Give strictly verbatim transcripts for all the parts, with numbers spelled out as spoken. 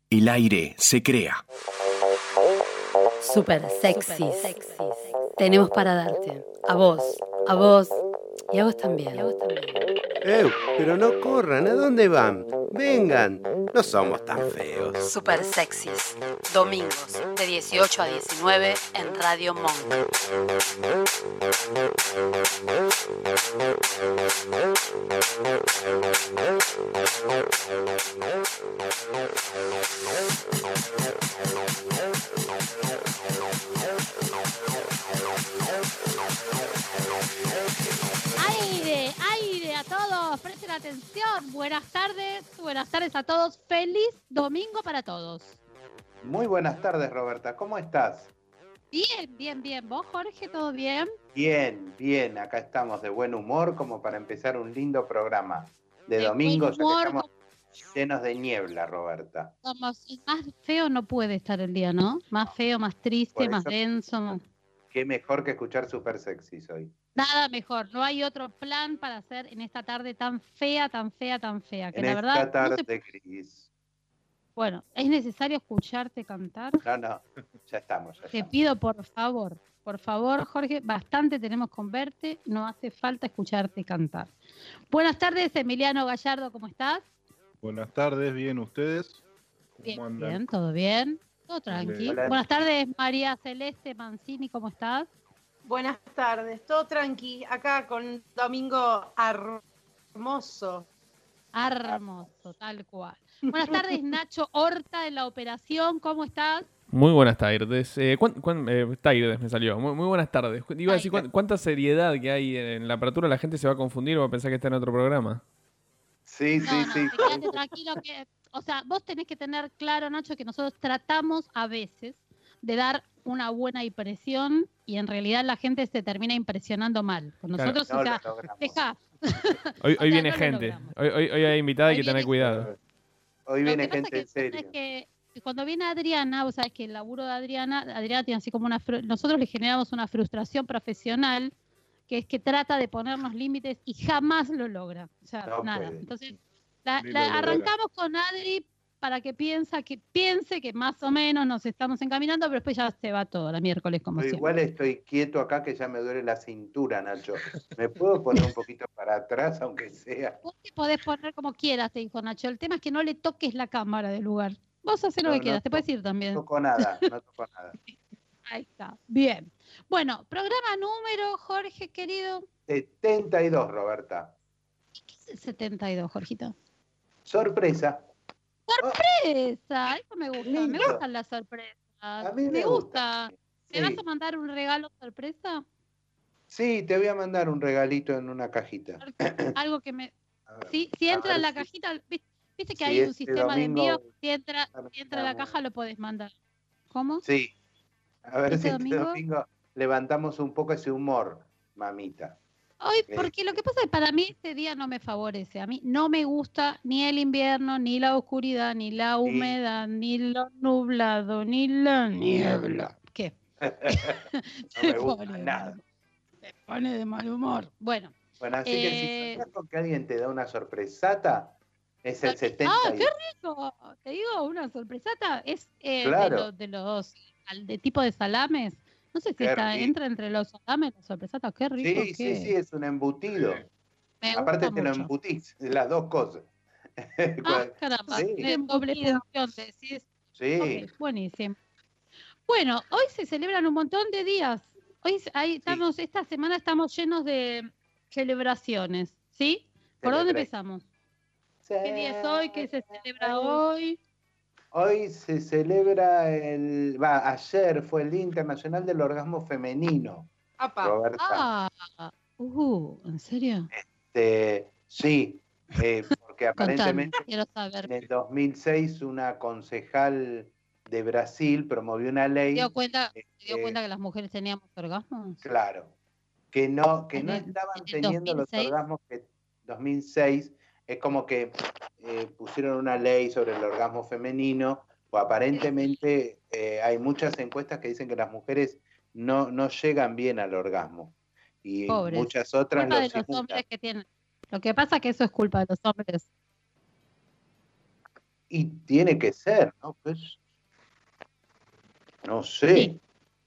El aire se crea. Super sexys. Tenemos para darte. A vos, a vos y a vos también. Y a vos también. ¡Eh! Pero no corran, ¿a dónde van? Vengan, no somos tan feos. Super sexys. Domingos de dieciocho a diecinueve en Radio Monk. Aire, aire a todos, presten atención. Buenas tardes, buenas tardes a todos. Feliz domingo para todos. Muy buenas tardes, Roberta. ¿Cómo estás? Bien, bien, bien. ¿Vos, Jorge, todo bien? Bien, bien. Acá estamos de buen humor como para empezar un lindo programa de, De domingo, buen ya que humor, estamos llenos de niebla, Roberta. Somos, más feo no puede estar el día, ¿no? Más feo, más triste, Por más eso- denso. más- Qué mejor que escuchar Super Sexy hoy. Nada mejor. No hay otro plan para hacer en esta tarde tan fea, tan fea, tan fea. Que En la esta verdad, no tarde se- gris. bueno, es necesario escucharte cantar. No, no, ya estamos, ya Te estamos. pido por favor, por favor, Jorge, bastante tenemos con verte, no hace falta escucharte cantar. Buenas tardes, Emiliano Gallardo, ¿cómo estás? Buenas tardes, bien, ¿ustedes? ¿Cómo Bien, andan? bien, todo bien, todo tranqui. Hola. Buenas tardes, María Celeste Mancini, ¿cómo estás? Buenas tardes, todo tranqui, acá con un domingo hermoso. Hermoso, tal cual. Buenas tardes, Nacho Horta de la operación, ¿cómo estás? Muy buenas tardes. Eh, ¿cuán- cuán- eh, tardes me salió. Muy, muy buenas tardes. Iba a decir, ¿cuán- ¿cuánta seriedad que hay en la apertura? La gente se va a confundir o va a pensar que está en otro programa. Sí, No, sí, no, sí. te quédate tranquilo que, o sea, vos tenés que tener claro, Nacho, que nosotros tratamos a veces de dar una buena impresión y en realidad la gente se termina impresionando mal. Con Claro. nosotros, No o sea, lo logramos. deja. Hoy, O hoy sea, viene no lo gente. logramos. Hoy, hoy, hoy hay invitada, hay Hoy que tener viene- cuidado. Hoy Lo viene que pasa gente que, en serio. es que cuando viene Adriana, vos sabés que el laburo de Adriana, Adriana tiene así como una, fru- nosotros le generamos una frustración profesional, que es que trata de ponernos límites y jamás lo logra. O sea, No nada. puede. Entonces, la, Ni la- lo logra. arrancamos con Adri para que piensa que piense que más o menos nos estamos encaminando, pero después ya se va todo, la miércoles como Yo siempre. igual estoy quieto acá que ya me duele la cintura, Nacho. ¿Me puedo poner un poquito para atrás, aunque sea? Vos te podés poner como quieras, te dijo Nacho. El tema es que no le toques la cámara del lugar. Vos haces lo No, que no quieras, te to- puedes ir también. No toco nada, no toco nada. Ahí está. Bien. Bueno, programa número, Jorge, querido. setenta y dos, Roberta. ¿Qué es el setenta y dos, Jorgito? Sorpresa. Esa, eso me gusta. Me Lindo. gustan las sorpresas. A mí me, me gusta. gusta. ¿Me Sí. vas a mandar un regalo sorpresa? Sí, te voy a mandar un regalito en una cajita. Algo que me... A ver, Si, si a entra ver en la si- cajita, viste viste que si hay un este sistema de domingo envío, si entra, si entra en la estamos- caja lo podés mandar. ¿Cómo? Sí. A ver ¿Este si este domingo? domingo levantamos un poco ese humor, mamita. Hoy, porque lo que pasa es que para mí este día no me favorece. A mí no me gusta ni el invierno, ni la oscuridad, ni la humedad, ni lo nublado, ni la niebla. ¿Qué? No me Te gusta pone de nada. mal- te pone de mal humor. Bueno. Bueno, así que si Eh, soñás con que alguien te da una sorpresata, es el Sorpre- setenta. ¡Ah, y- qué rico! Te digo, una sorpresata. Es eh, Claro. de, los, de los al- de tipo de salames. No sé si Qué está, rico. entra entre los salames la sorpresata. Qué rico. Sí, qué- sí, sí, es un embutido. Me Aparte gusta te lo mucho. embutís, las dos cosas. Ah, caramba. Sí. De doble función, decís. Sí, Ok, buenísimo. Bueno, hoy se celebran un montón de días. Hoy s- ahí estamos, esta semana estamos llenos de celebraciones, ¿sí? ¿Por dónde Celebré. empezamos? ¿Qué día es hoy? ¿Qué se celebra hoy? Hoy se celebra el. Va, ayer fue el Día Internacional del Orgasmo Femenino, Apa. Roberta. Ah, uh, ¿en serio? Este, sí, eh, porque Contame, aparentemente quiero saber. en el dos mil seis una concejal de Brasil promovió una ¿Se ley. dio cuenta, se dio eh, cuenta que las mujeres teníamos orgasmos? Claro, que no, que En no el- estaban en el teniendo los dos mil seis. orgasmos que dos mil seis, es como que eh, pusieron una ley sobre el orgasmo femenino, o aparentemente eh, hay muchas encuestas que dicen que las mujeres no, no llegan bien al orgasmo, y Pobres. muchas otras Culpa lo de los simulan. hombres que tienen. Lo que pasa es que eso es culpa de los hombres. Y tiene que ser, ¿no? Pues, no sé. Sí.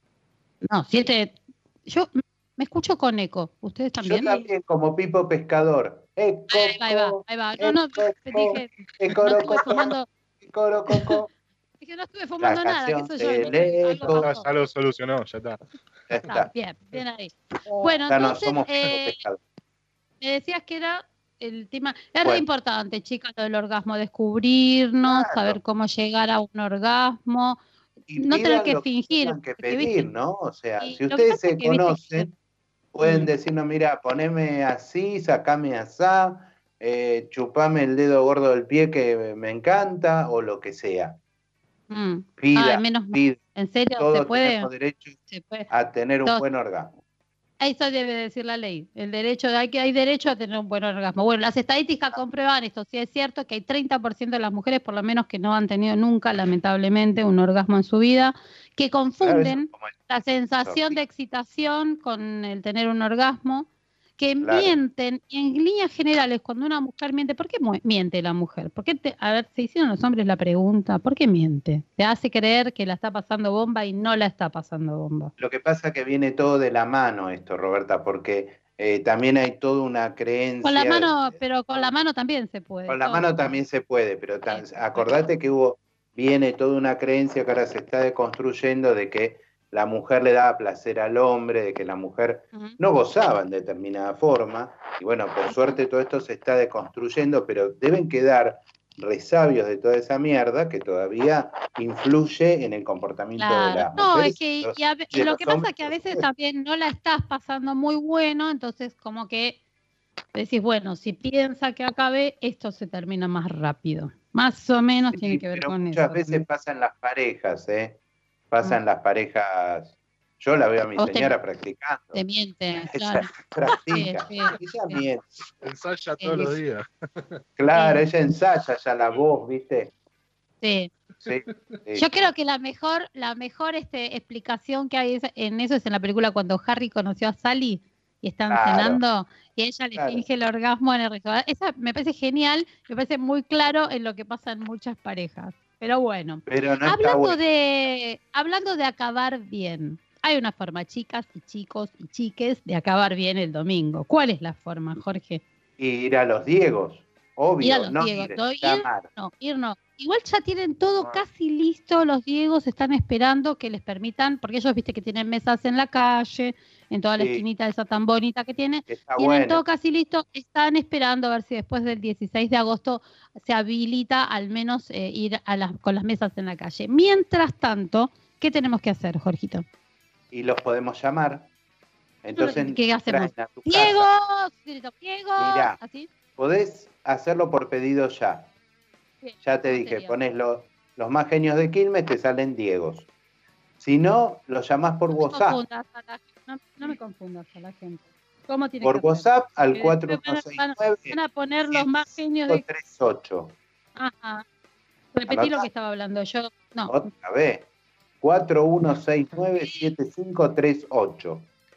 No, siete. Yo me escucho con eco. ¿Ustedes Yo también? también, como Pipo Pescador. Eco, Ahí va, ahí va. No, no, eco, dije, no ecoro, estuve fumando, ecoro, coco. dije, no estuve La fumando nada, qué canción sé yo. del Dije, algo eco. Ya, pasó. ya lo solucionó, ya está. Ya Está, está. bien, bien ahí. Bueno, Ya no entonces, somos Pipo eh, Pescador. me decías que era el tema. Es re Bueno. importante, chicas, lo del orgasmo, descubrirnos, Claro. saber cómo llegar a un orgasmo, Y no tener pidan que lo que fingir. tengan que Porque, pedir, ¿viste? ¿no? O sea, Y si lo que ustedes pasa es se que, viste, que. conocen, pueden Mm. decirnos, mira, poneme así, sacame asá, eh, chupame el dedo gordo del pie que me encanta, o lo que sea. Mm. Ay, Pida, menos mal. pida. ¿En serio? ¿Se Todos puede? tenemos derecho Se puede. a tener un Todos- buen orgasmo. Eso debe decir la ley. El derecho de hay que hay derecho a tener un buen orgasmo. Bueno, las estadísticas comprueban esto. Sí es cierto que hay treinta por ciento de las mujeres, por lo menos, que no han tenido nunca, lamentablemente, un orgasmo en su vida, que Claro, eso confunden es como el- la sensación de excitación con el tener un orgasmo, que Claro. mienten, y en líneas generales, cuando una mujer miente, ¿por qué mu- miente la mujer? ¿Por qué te- a ver, se hicieron los hombres la pregunta, ¿por qué miente? Te hace creer que la está pasando bomba y no la está pasando bomba. Lo que pasa es que viene todo de la mano esto, Roberta, porque eh, también hay toda una creencia. Con la mano, pero con la mano también se puede. Con la todo mano se puede. también se puede, pero ta- Sí, se puede. acordate que hubo, viene toda una creencia que ahora se está deconstruyendo de que la mujer le daba placer al hombre, de que la mujer Ujú. no gozaba en determinada forma, y bueno, por suerte todo esto se está deconstruyendo, pero deben quedar resabios de toda esa mierda que todavía influye en el comportamiento de Claro. las No, mujeres es que y los- y a ve- y de lo los que pasa hombres, es que a por veces supuesto. también no la estás pasando muy bueno, entonces como que decís, bueno, si piensa que acabe, esto se termina más rápido. Más o menos Sí, tiene que ver pero con muchas eso veces también. pasa en las parejas, ¿eh? Pasa en las parejas. Yo la veo a mi Vos te, señora practicando. te mienten, Ella claro. Sí, practica. sí, Ella sí, miente. Ensaya sí, todos los días. Claro, sí, ella ensaya ya la voz, ¿viste? sí. Sí. sí, Yo sí. creo que la mejor, la mejor este, explicación que hay es- en eso es en la película cuando Harry conoció a Sally y están Claro, cenando y ella le claro. finge el orgasmo en el restaurante. Esa me parece genial, me parece muy claro en lo que pasa en muchas parejas. Pero bueno, Pero no está hablando bueno. de, hablando de acabar bien, hay una forma, chicas y chicos y chiques, de acabar bien el domingo. ¿Cuál es la forma, Jorge? Ir a los Diegos, obvio. Ir a los no Diegos. ir, No, ir, llamar. no, ir no. Igual ya tienen todo Ah. casi listo. Los Diegos están esperando que les permitan, porque ellos viste que tienen mesas en la calle, en toda la Sí. esquinita esa tan bonita que tiene. Está Tienen bueno. todo casi listo. Están esperando a ver si después del dieciséis de agosto se habilita al menos eh, ir a las, con las mesas en la calle. Mientras tanto, ¿qué tenemos que hacer, Jorgito? Y los podemos llamar. Entonces, ¿Qué hacemos? traen a tu casa. ¡Diegos! Grito, ¡Diegos! Mirá. ¿Así? Podés hacerlo por pedido ya. Bien, Ya te ¿cómo dije, sería? pones lo- los más genios de Quilmes, te salen Diegos. Si no, los llamás por No me WhatsApp. confundas a la, no, no me confundas a la gente. ¿Cómo tiene Por que hacer? WhatsApp al Porque cuatro después uno van, a- seis van a- nueve van a poner los más genios de... tres ocho. Ajá. Repetí lo Anotá. que estaba hablando yo. No. Otra vez. cuatro uno seis nueve siete cinco tres ocho.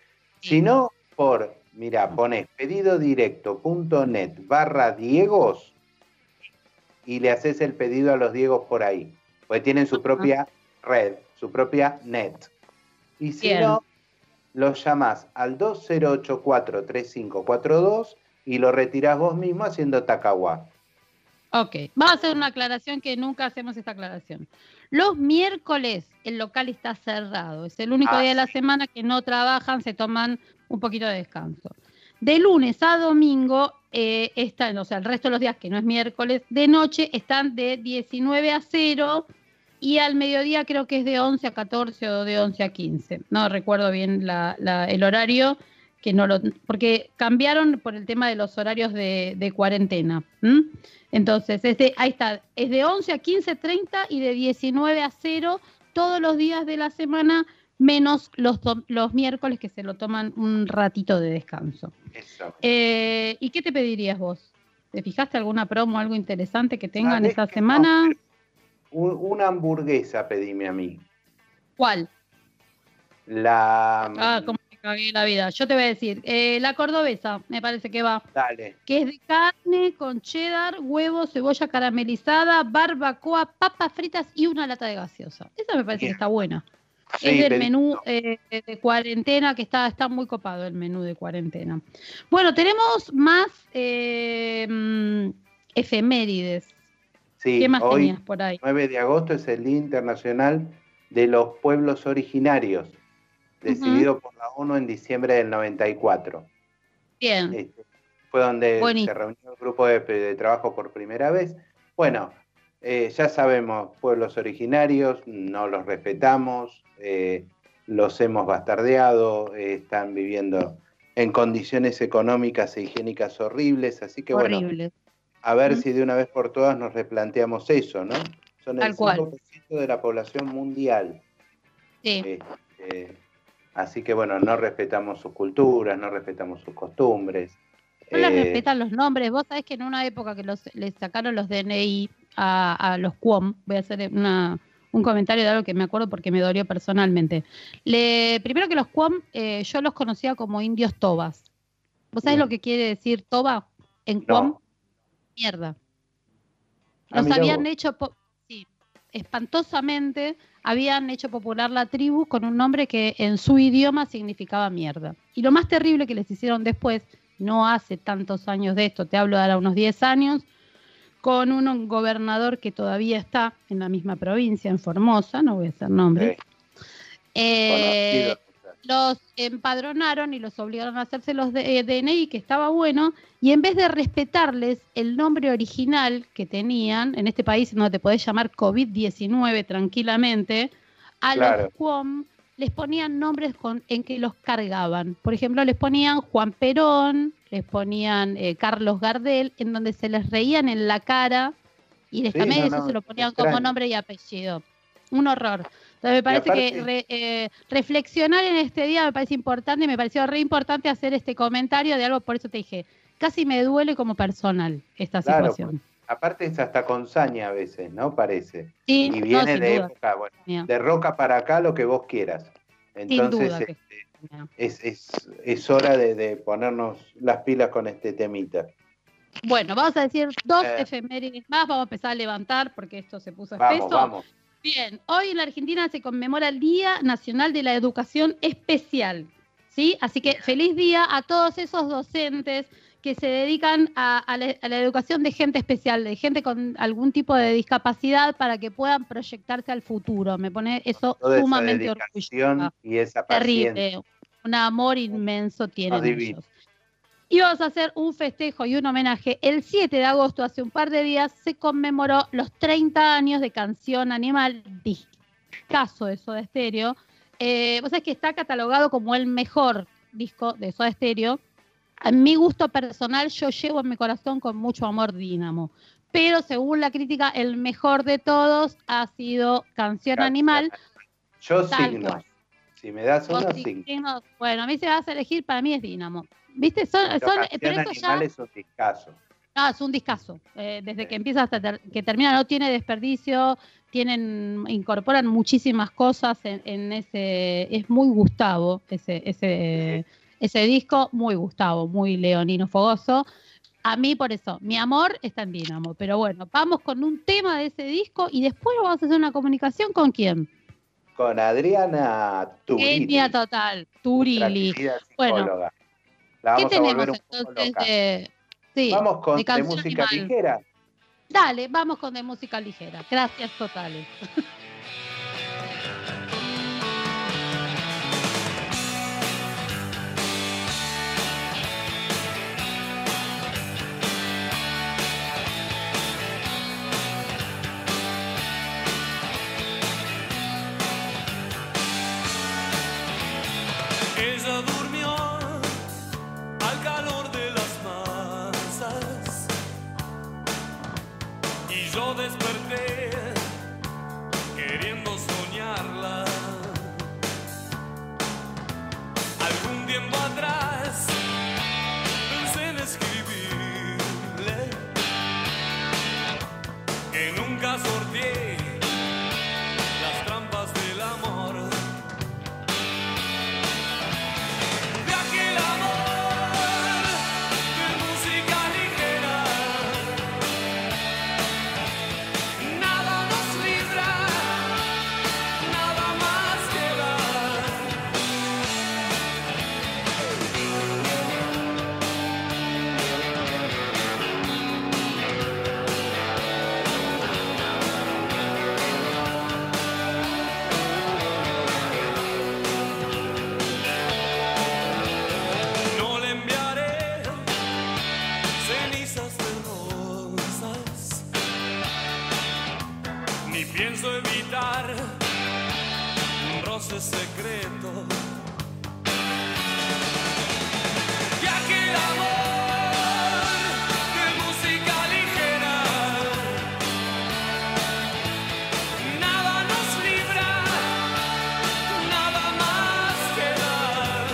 Si no, por, mira, pones pedidodirecto.net barra Diegos y le haces el pedido a los Diegos por ahí. Pues tienen su propia red, su propia net. Y si Bien. no, los llamás al dos cero ocho cuatro tres cinco cuatro dos y lo retirás vos mismo haciendo Takawa. Ok. Vamos a hacer una aclaración que nunca hacemos esta aclaración. Los miércoles el local está cerrado. Es el único Ah, día de la sí. semana que no trabajan, se toman un poquito de descanso. De lunes a domingo, eh, están, o sea, el resto de los días que no es miércoles, de noche están de diecinueve a cero y al mediodía creo que es de once a catorce o de once a quince. No recuerdo bien la, la, el horario, que no lo, porque cambiaron por el tema de los horarios de, de cuarentena. ¿m? Entonces, es de, ahí está, es de once a quince treinta y de diecinueve a cero todos los días de la semana, menos los, los miércoles que se lo toman un ratito de descanso. Eso. Eh, ¿Y qué te pedirías vos? ¿Te fijaste alguna promo, algo interesante que tengan ¿Sabés esta que semana? no? Un- una hamburguesa pedime a mí. ¿Cuál? La Ah, ¿cómo que cagué la vida. Yo te voy a decir, eh, la cordobesa, me parece que va. Dale. Que es de carne con cheddar, huevo, cebolla caramelizada, barbacoa, papas fritas y una lata de gaseosa. Esa me parece Bien. que está buena. Sí, es del pedí- menú eh, de cuarentena, que está, está muy copado el menú de cuarentena. Bueno, tenemos más eh, mm, efemérides. Sí, ¿Qué más hoy, tenías por ahí? nueve de agosto, es el Día Internacional de los Pueblos Originarios, decidido por la ONU en diciembre del noventa y cuatro. Bien. Este, fue donde Buenísimo. se reunió el grupo de, de trabajo por primera vez. Bueno, eh, ya sabemos, pueblos originarios, no los respetamos, eh, los hemos bastardeado, eh, están viviendo en condiciones económicas e higiénicas horribles, así que bueno, Horrible. a ver Ujú. si de una vez por todas nos replanteamos eso, ¿no? Son el Tal cual. cinco por ciento de la población mundial. Sí. Este, así que bueno, no respetamos sus culturas, no respetamos sus costumbres. No les Eh, respetan los nombres. Vos sabés que en una época que los, les sacaron los D N I a, a los Cuom, voy a hacer una, un comentario de algo que me acuerdo porque me dolió personalmente. Le, primero que los Cuom, eh, yo los conocía como indios tobas. ¿Vos sabés Bien. lo que quiere decir toba en No. Cuom? Mierda. Ah, Los mirá habían vos. hecho, po- sí, espantosamente, habían hecho popular la tribu con un nombre que en su idioma significaba mierda. Y lo más terrible que les hicieron después, no hace tantos años de esto, te hablo de ahora unos diez años, con un gobernador que todavía está en la misma provincia, en Formosa, no voy a hacer nombres, Sí, eh, conocido. los empadronaron y los obligaron a hacerse los de- eh, D N I, que estaba bueno, y en vez de respetarles el nombre original que tenían, en este país no te podés llamar COVID diecinueve tranquilamente, a Claro. los Cuom les ponían nombres con, en que los cargaban. Por ejemplo, les ponían Juan Perón, les ponían eh, Carlos Gardel, en donde se les reían en la cara y les Sí, también no, eso no, se lo es ponían como extraño. nombre y apellido. Un horror. Entonces me parece aparte- que re- eh, reflexionar en este día me parece importante, y me pareció re importante hacer este comentario de algo, por eso te dije, casi me duele como personal esta Claro, situación. Aparte es hasta con saña a veces, ¿no? Parece. Sí, Y no, viene sin de duda. época, bueno, Mía. de Roca para acá lo que vos quieras. Sin Entonces duda que- este, es, es, es hora de, de ponernos las pilas con este temita. Bueno, vamos a decir dos Eh. efemérides más, vamos a empezar a levantar porque esto se puso Vamos, espeso. vamos. Bien, hoy en la Argentina se conmemora el Día Nacional de la Educación Especial, ¿sí? Así que feliz día a todos esos docentes que se dedican a, a la, a la educación de gente especial, de gente con algún tipo de discapacidad para que puedan proyectarse al futuro. Me pone eso Toda esa sumamente dedicación orgullosa. y esa paciencia. Terrible, un amor inmenso tienen divino. ellos. Y vamos a hacer un festejo y un homenaje. El siete de agosto, hace un par de días, se conmemoró los treinta años de Canción Animal, discazo de Soda Stereo. Eh, vos sabés que está catalogado como el mejor disco de Soda Stereo. A mi gusto personal, yo llevo en mi corazón con mucho amor Dínamo. Pero según la crítica, el mejor de todos ha sido Canción Animal. Yo Tal signo. cual. Si me das Vos uno, sí, signo. signos. Bueno, a mí se vas a elegir, para mí es Dínamo. ¿Viste? Son, Pero son, Canción pero eso ya Animal es un discazo. no, es un discazo. Eh, desde Sí. que empieza hasta ter- que termina, no tiene desperdicio, tienen, incorporan muchísimas cosas en, en ese, es muy Gustavo, ese, ese, ese disco, muy Gustavo, muy leonino fogoso. A mí por eso, mi amor está en Dínamo. Pero bueno, vamos con un tema de ese disco y después vamos a hacer una comunicación con quién. Con Adriana Turilli. Genia total, nuestra Turilli. querida Bueno, psicóloga. La ¿qué vamos a tenemos volver un poco entonces loca. de, sí, Vamos con de de Canción música Animal? ligera. Dale, vamos con de música ligera. Gracias totales. Ella durmió al calor de las masas y yo desperté queriendo soñarla. Algún tiempo atrás pensé en escribirle que nunca sorteé las trampas del amor. evitar un roce secreto. Y aquel amor de música ligera, nada nos libra, nada más que dar.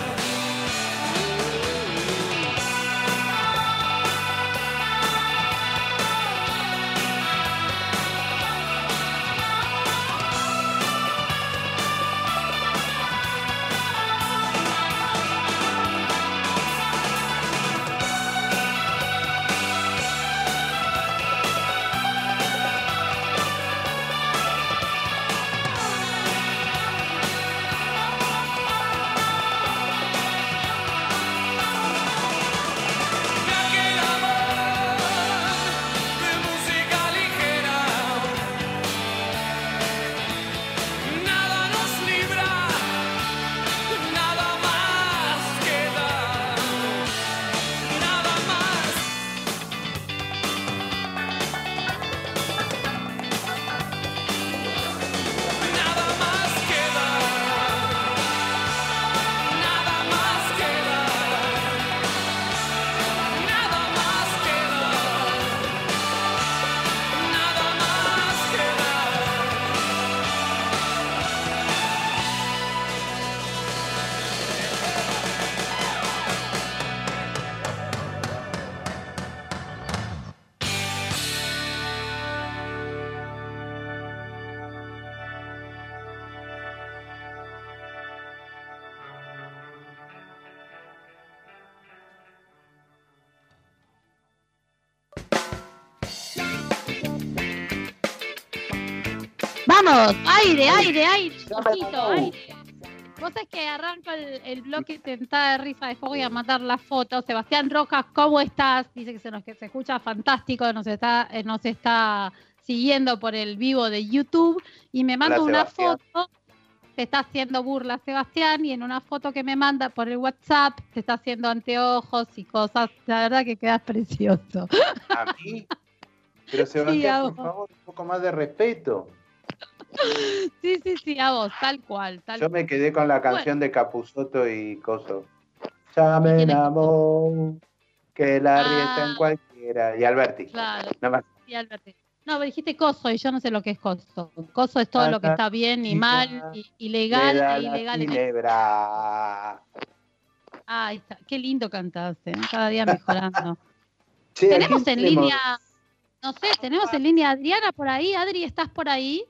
Vamos, aire, aire, aire, poquito, aire. Vos sabés que arranco el, el bloque tentada de risa, después voy a mandar las fotos. Sebastián Rojas, ¿cómo estás? Dice que se nos que se escucha fantástico, nos está, eh, nos está siguiendo por el vivo de YouTube y me manda Hola, una Sebastián. foto. Te está haciendo burla Sebastián y en una foto que me manda por el WhatsApp te está haciendo anteojos y cosas. La verdad que quedas precioso. ¿A mí? Pero Sí, Sebastián, a por vos. favor, un poco más de respeto. Sí, sí, sí, a vos, tal cual. Tal Yo me quedé con la canción de Capusotto y Coso. Ya ¿Y me quién es enamoró, que la rieta en Ah. cualquiera. Y Alberti. Claro. Nada más. Sí, Alberti. No, pero dijiste coso y yo no sé lo que es coso. Coso es todo lo que está bien y mal, y, ilegal Me da e la ilegal. ginebra. Ah, ahí está. Qué lindo cantaste, ¿eh? Cada día mejorando. Che, ¿a Tenemos quién en tenemos? línea, no sé, tenemos en línea a Adriana por ahí. Adri, ¿estás por ahí?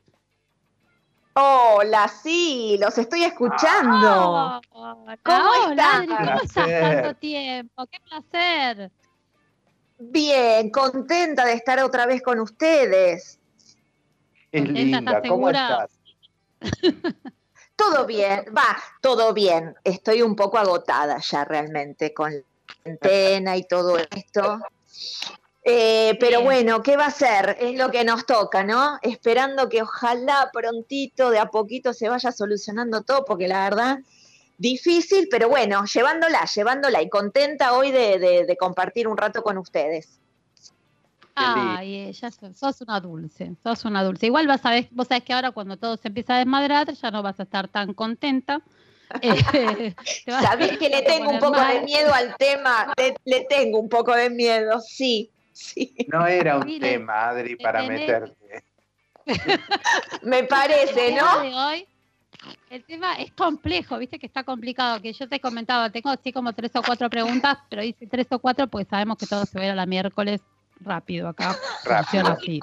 Hola, sí, los estoy escuchando. Hola, ¿Cómo hola, Adri, están? ¿cómo estás Placer. tanto tiempo? Qué placer. Bien, contenta de estar otra vez con ustedes. Es Contenta, linda. ¿estás ¿Cómo segura? estás? Todo bien, va, todo bien. Estoy un poco agotada ya realmente con la cuarentena y todo esto. Eh, pero Bien. bueno, ¿qué va a ser? Es lo que nos toca, ¿no? Esperando que ojalá prontito, de a poquito se vaya solucionando todo, porque la verdad, difícil, pero bueno, llevándola, llevándola y contenta hoy de, de- de compartir un rato con ustedes. Ay, ella, sos sos una dulce, sos una dulce. Igual vas a ver, vos sabés que ahora cuando todo se empieza a desmadrar, ya no vas a estar tan contenta. Eh, te vas a Sabés que le empezar a tengo un poner poco de mal. miedo al tema, le, le tengo un poco de miedo, sí, sí. No era un Mire, tema, Adri, para tenés- meterte. Me El parece, tema ¿no? de hoy, el tema es complejo, viste que está complicado, que yo te comentaba, tengo así como tres o cuatro preguntas, pero hice tres o cuatro porque sabemos que todo se va a ir a la miércoles rápido acá. Funciona así.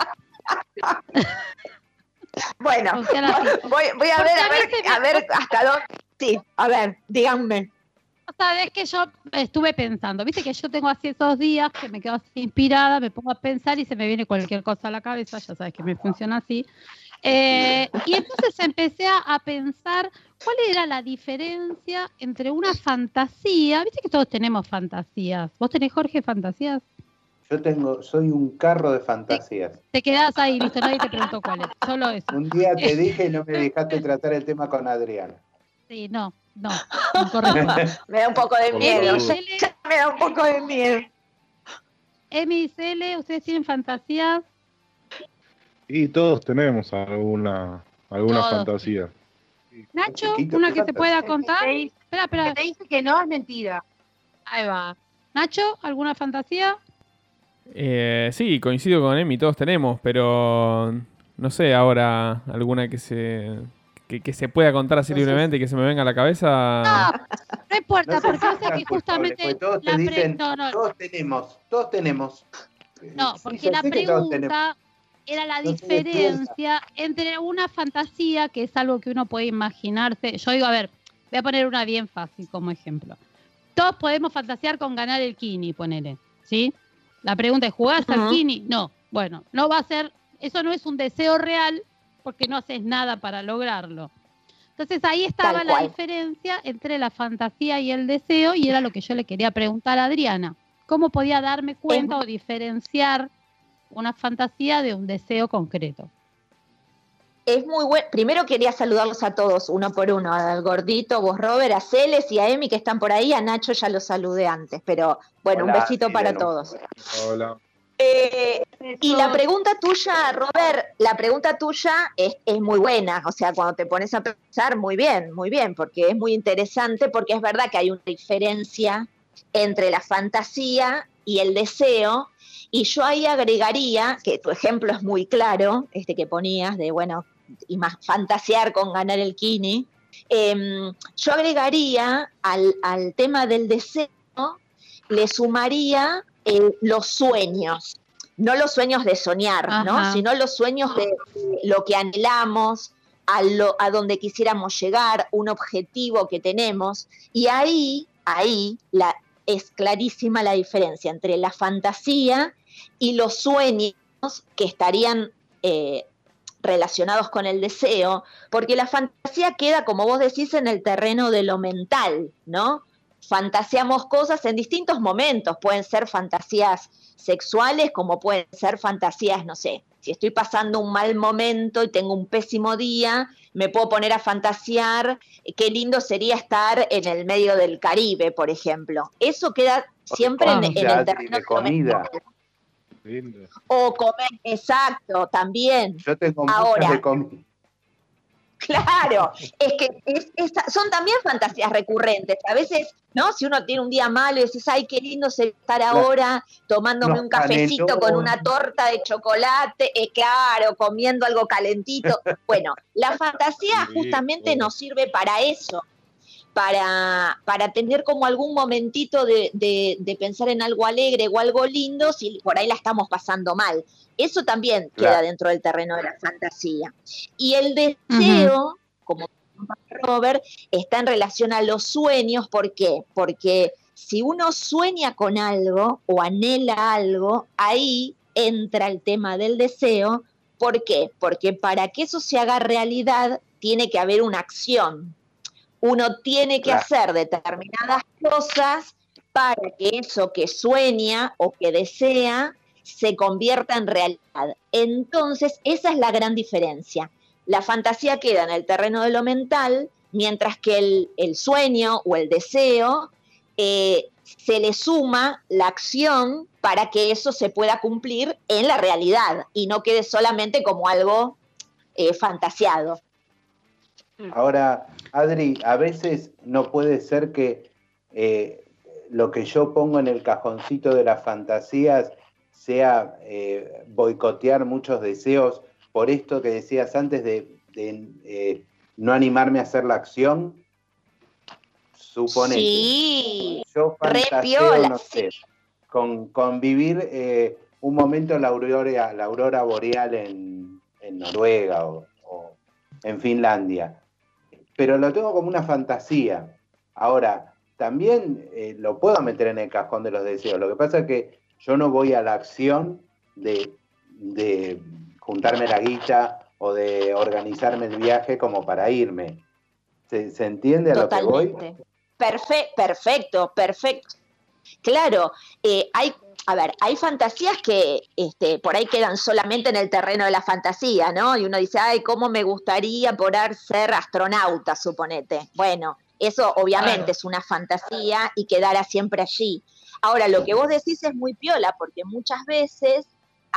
Bueno, Funciona así. voy, voy a Porque ver, a a ver, veces me a ver hasta dónde. Sí, a ver, díganme. Sabes que yo estuve pensando, viste que yo tengo así esos días que me quedo así inspirada, me pongo a pensar y se me viene cualquier cosa a la cabeza, ya sabes que me funciona así. Eh, y entonces empecé a, a pensar cuál era la diferencia entre una fantasía, viste que todos tenemos fantasías. ¿Vos tenés, Jorge, fantasías? Yo tengo, soy un carro de fantasías. Te quedás ahí, viste, nadie te preguntó cuáles, solo eso. Un día te dije y no me dejaste tratar el tema con Adriana. Sí, no, no, no corresponde. Me da un poco de Por miedo. favor. Ya me da un poco de miedo. M y C L, ¿ustedes tienen fantasías? Y todos tenemos alguna, alguna Todos. fantasía. Nacho, Chiquito, una ¿qué que se fantasía? pueda Que contar. te dice- Espera, que espera. te dice que no es mentira. Ahí va. Nacho, ¿alguna fantasía? Eh, sí, coincido con Emi, todos tenemos, pero no sé ahora alguna que se que, que se pueda contar así No sé libremente y que se me venga a la cabeza. No, no importa, No sé porque si o sea sean que culpables, justamente porque todos te la pre- dicen, no, no, todos tenemos, todos tenemos. no, Sí, porque ya la sé que todos tenemos. pregunta era la No se despierta. diferencia entre una fantasía, que es algo que uno puede imaginarse. Yo digo, a ver, voy a poner una bien fácil como ejemplo. Todos podemos fantasear con ganar el Kini, ponele, ¿sí? La pregunta es, ¿jugás al Ujú. Kini? No, bueno, no va a ser, eso no es un deseo real porque no haces nada para lograrlo. Entonces ahí estaba Tal la cual. diferencia entre la fantasía y el deseo, y era lo que yo le quería preguntar a Adriana. ¿Cómo podía darme cuenta o diferenciar una fantasía de un deseo concreto? Es muy bueno. Primero quería saludarlos a todos, uno por uno, al gordito, vos Robert, a Celes y a Emi que están por ahí, a Nacho ya los saludé antes, pero bueno, Hola, un besito sí, para de nuevo. todos. Hola. Eh, y la pregunta tuya, Robert, la pregunta tuya es, es muy buena, o sea, cuando te pones a pensar, muy bien, muy bien, porque es muy interesante, porque es verdad que hay una diferencia entre la fantasía y el deseo, y yo ahí agregaría, que tu ejemplo es muy claro, este que ponías, de, bueno, y más fantasear con ganar el Kini, eh, yo agregaría al, al tema del deseo, le sumaría eh, los sueños, no los sueños de soñar, ¿no? Ajá. Sino los sueños de lo que anhelamos, a, lo, a donde quisiéramos llegar, un objetivo que tenemos, y ahí, ahí la, es clarísima la diferencia entre la fantasía y los sueños que estarían eh, relacionados con el deseo, porque la fantasía queda, como vos decís, en el terreno de lo mental, ¿no? Fantaseamos cosas en distintos momentos, pueden ser fantasías sexuales como pueden ser fantasías, no sé, si estoy pasando un mal momento y tengo un pésimo día, me puedo poner a fantasear qué lindo sería estar en el medio del Caribe, por ejemplo. Eso queda siempre en, en el terreno de comida. Lindo. O comer, exacto, también. Yo tengo muchas Ahora, de comida. claro, es que es, es, son también fantasías recurrentes. A veces, ¿no? Si uno tiene un día malo y dices, ay, qué lindo sería estar ahora tomándome Unos un cafecito con canelones. una torta de chocolate, eh, claro, comiendo algo calentito. Bueno, la fantasía Sí, justamente bueno. nos sirve para eso, para, para tener como algún momentito de, de, de pensar en algo alegre o algo lindo si por ahí la estamos pasando mal. Eso también Claro. queda dentro del terreno de la fantasía. Y el deseo, como Robert, está en relación a los sueños. ¿Por qué? Porque si uno sueña con algo o anhela algo, ahí entra el tema del deseo. ¿Por qué? Porque para que eso se haga realidad tiene que haber una acción. Uno tiene que Claro. hacer determinadas cosas para que eso que sueña o que desea se convierta en realidad. Entonces, esa es la gran diferencia. La fantasía queda en el terreno de lo mental, mientras que el, el sueño o el deseo eh, se le suma la acción para que eso se pueda cumplir en la realidad y no quede solamente como algo eh, fantasiado. Ahora, Adri, a veces no puede ser que eh, lo que yo pongo en el cajoncito de las fantasías sea eh, boicotear muchos deseos por esto que decías antes de, de eh, no animarme a hacer la acción. Suponete. Sí, Yo re fantaseo, piola, no sé, sí. con, con vivir eh, un momento la aurora, la aurora boreal en, en Noruega o, o en Finlandia. Pero lo tengo como una fantasía. Ahora, también eh, lo puedo meter en el cajón de los deseos. Lo que pasa es que yo no voy a la acción de, de juntarme la guita o de organizarme el viaje como para irme. ¿Se, se entiende a lo que voy? Totalmente. Perfe- perfecto, perfecto. Claro, eh, hay, a ver, hay fantasías que este, por ahí quedan solamente en el terreno de la fantasía, ¿no? Y uno dice, ay, cómo me gustaría poder ser astronauta, suponete. Bueno, eso obviamente Claro. es una fantasía y quedará siempre allí. Ahora, lo que vos decís es muy piola, porque muchas veces hay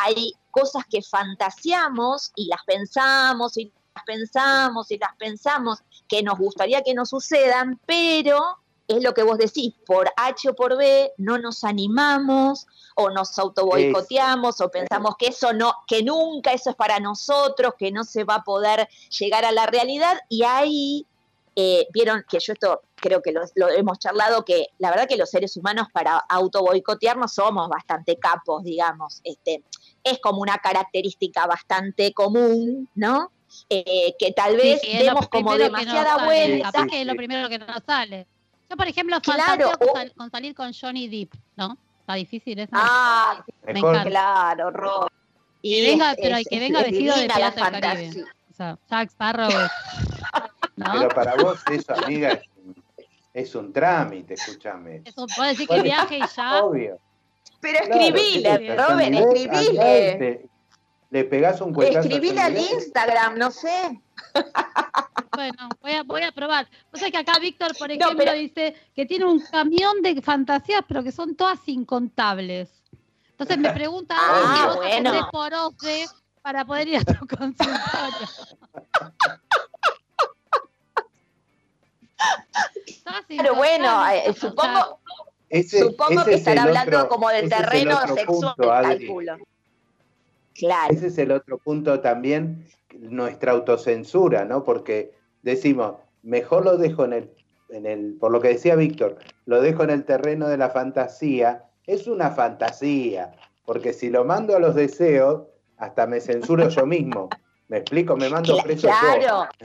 cosas que fantaseamos y las pensamos y las pensamos y las pensamos que nos gustaría que nos sucedan, pero es lo que vos decís, por H o por B no nos animamos o nos autoboicoteamos o pensamos que eso no, que nunca eso es para nosotros, que no se va a poder llegar a la realidad, y ahí eh, vieron que yo esto creo que lo, lo hemos charlado, que la verdad que los seres humanos para autoboicotearnos somos bastante capos, digamos, este, es como una característica bastante común, ¿no? Eh, que tal vez Sí, es lo demos como primero que nos demasiada sale, vuelta. Capaz que es lo primero que nos sale. Yo, por ejemplo, Claro, fantaseo con, o- sal- con salir con Johnny Depp, ¿no? Está difícil eso. Ah, Me Mejor. encanta. claro, Ro. Y Que venga, es- pero es- que es- venga es vestido de divina la Pirata del Caribe. fantasía. O sea, Jack Sparrow. ¿No? Pero para vos eso, amiga, es un, es un trámite, escúchame. Eso puedo decir que viaje y ya. Obvio. Pero Claro, escribile, ¿qué te Robert, entendés? escribile. Andate, Le pegás un cuetazo. a Escribile al Johnny Depp. Instagram, no sé. Bueno, voy a, voy a probar. O sea que acá Víctor, por No, ejemplo, pero- dice que tiene un camión de fantasías, pero que son todas incontables. Entonces me pregunta, Ah, ¿qué vas a bueno. hacer por O C E para poder ir a tu consultorio? Todas Pero bueno, incontables, eh, o sea, supongo, Ese- supongo ese que es estará el hablando otro- como del ese es el terreno otro sexual, punto, Adri. calculo. Claro. Ese es el otro punto también, nuestra autocensura, ¿no? Porque decimos, mejor lo dejo en el, en el, por lo que decía Víctor, lo dejo en el terreno de la fantasía. Es una fantasía, porque si lo mando a los deseos, hasta me censuro yo mismo. ¿Me explico? Me mando Cla- preso claro. yo.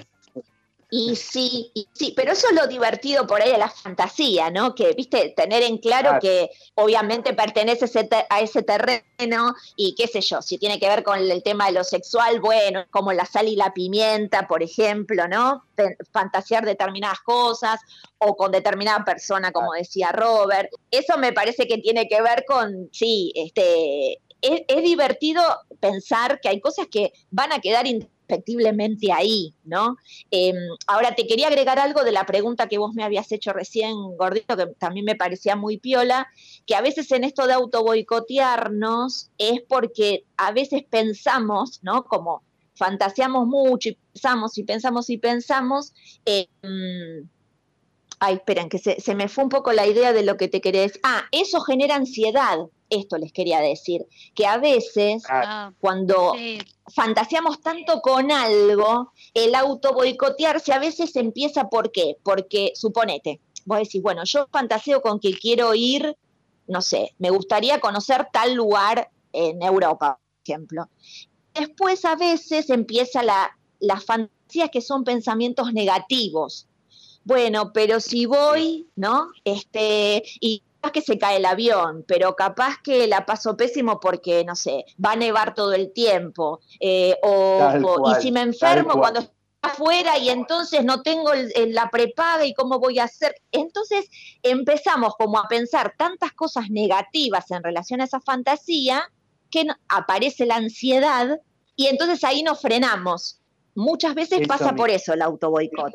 Y sí, y sí, pero eso es lo divertido por ahí de la fantasía, ¿no? Que, viste, tener en claro Claro. que obviamente pertenece ese te- a ese terreno y qué sé yo, si tiene que ver con el tema de lo sexual, bueno, como la sal y la pimienta, por ejemplo, ¿no? Pen- fantasear determinadas cosas o con determinada persona, como decía Robert. Eso me parece que tiene que ver con, sí, este, es, es divertido pensar que hay cosas que van a quedar indefectiblemente ahí, ¿no? Eh, ahora, te quería agregar algo de la pregunta que vos me habías hecho recién, Gordito, que también me parecía muy piola, que a veces en esto de autoboicotearnos es porque a veces pensamos, ¿no? Como fantaseamos mucho y pensamos y pensamos y pensamos. Eh, mm, ay, esperen, que se, se me fue un poco la idea de lo que te quería decir. Ah, eso genera ansiedad, esto les quería decir, que a veces ah, cuando sí. fantaseamos tanto con algo, el autoboicotearse a veces empieza ¿por qué? Porque, suponete, vos decís, bueno, yo fantaseo con que quiero ir, no sé, me gustaría conocer tal lugar en Europa, por ejemplo. Después a veces empieza la, las fantasías que son pensamientos negativos. Bueno, pero si voy, ¿no? Este, y capaz que se cae el avión, pero capaz que la paso pésimo porque, no sé, va a nevar todo el tiempo, eh, o, Tal o- cual, y si me tal enfermo cual. cuando estoy afuera y entonces no tengo el- el- la prepaga y cómo voy a hacer. Entonces empezamos como a pensar tantas cosas negativas en relación a esa fantasía que no- aparece la ansiedad y entonces ahí nos frenamos. Muchas veces Eso pasa por mismo. eso el autoboicot.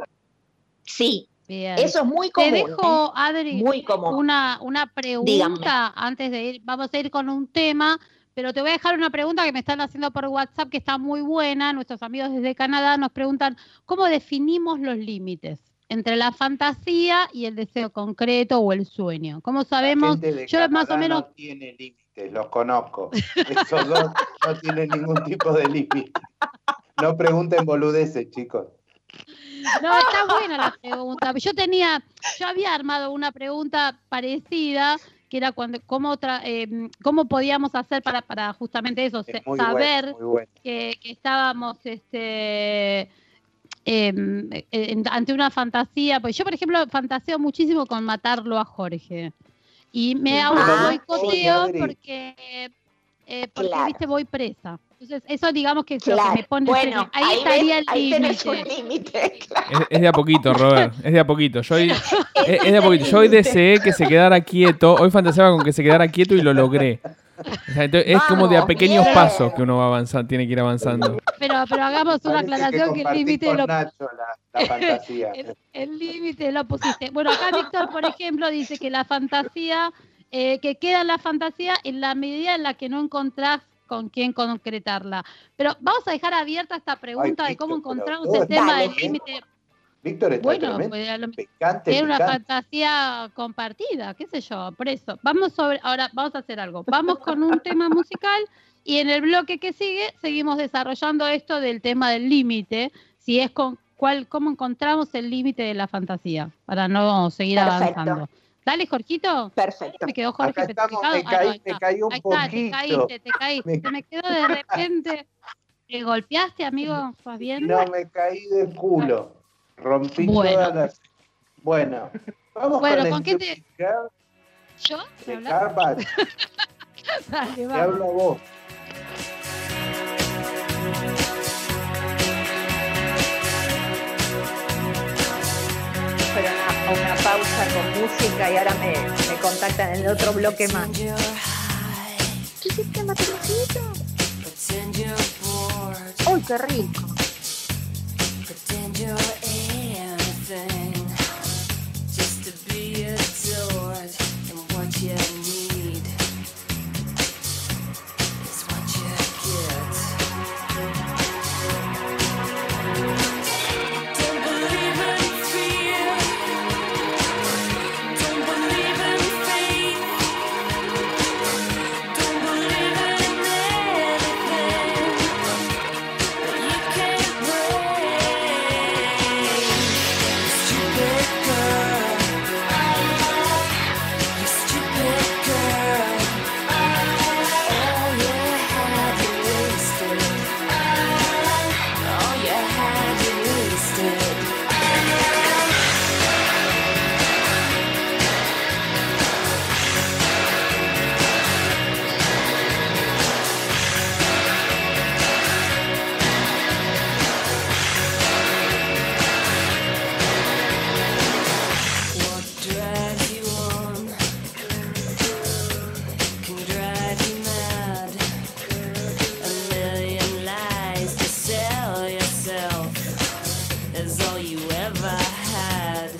Sí, Bien. eso es muy Te común. dejo, ¿eh? Adri, Muy común. una, una pregunta Dígame. antes de ir. Vamos a ir con un tema, pero te voy a dejar una pregunta que me están haciendo por WhatsApp que está muy buena. Nuestros amigos desde Canadá nos preguntan cómo definimos los límites entre la fantasía y el deseo concreto o el sueño. ¿Cómo La sabemos? gente de Yo más o Canadá menos no tiene límites, los conozco. Esos dos no tienen ningún tipo de límite. No pregunten boludeces, chicos. No, está buena la pregunta. Yo tenía, yo había armado una pregunta parecida, que era cuando, cómo, tra- eh, cómo podíamos hacer para, para justamente eso, Es se- muy saber bueno, muy bueno. que, que estábamos este, em, en- ante una fantasía. Pues yo, por ejemplo, fantaseo muchísimo con matarlo a Jorge. Y me Ah, auto sí, boicoteo Adri. porque, eh, porque Claro. viste, voy presa. Entonces, eso digamos que es lo que Claro. me pone Bueno, freno. Ahí, ahí, estaría ves, el ahí tenés un límite. límite. claro. Es, es de a poquito, Robert. Es de a poquito. Yo hoy, es, Ese es de a el poquito. Yo hoy límite. deseé que se quedara quieto. Hoy fantaseaba con que se quedara quieto y lo logré. O sea, entonces, es como de a Vamos, pequeños bien. pasos que uno va avanzando, tiene que ir avanzando. Pero, pero hagamos una Parece que aclaración que el compartís límite con lo Nacho la, la fantasía. el el límite lo pusiste. Bueno, acá Víctor, por ejemplo, dice que la fantasía, eh, que queda en la fantasía en la medida en la que no encontrás con quién concretarla. Pero vamos a dejar abierta esta pregunta Ay, de cómo Víctor, pero encontramos todo el está tema Dale. del límite. Víctor está Bueno, tremendo. pues a lo Picante, es una picante. fantasía compartida, qué sé yo, por eso. Vamos sobre, ahora vamos a hacer algo. Vamos con un tema musical y en el bloque que sigue seguimos desarrollando esto del tema del límite, si es con cuál, cómo encontramos el límite de la fantasía, para no seguir Perfecto. avanzando. Dale, Jorgito. Perfecto. Me quedó Jorge Acá estamos, petrificado. me Ah, no, caí, ahí me está. caí un Ahí está, te poquito. caíste, te caíste. Me- Se me quedó de repente. ¿Te golpeaste, amigo? ¿Estás bien? No, me caí de culo. Rompí Bueno. todas las... Bueno, vamos Bueno, con, ¿con el quién te- musical ¿Yo? ¿Me de hablas? Carpach. Dale, Te vamos. hablo a vos. Pero una, una pausa con música y ahora me, me contactan en el otro bloque más. ¿Qué hiciste, Matecito? ¡Uy, qué rico! Pretend you're anything just to be adored, and what you need is what you get. Don't believe in fear, don't believe in faith, don't believe in anything that you can't break. Stupid girl, you stupid girl. All you had you wasted. All you had you wasted. What drives you on can drive you mad. A million lies to sell yourself is all you ever had.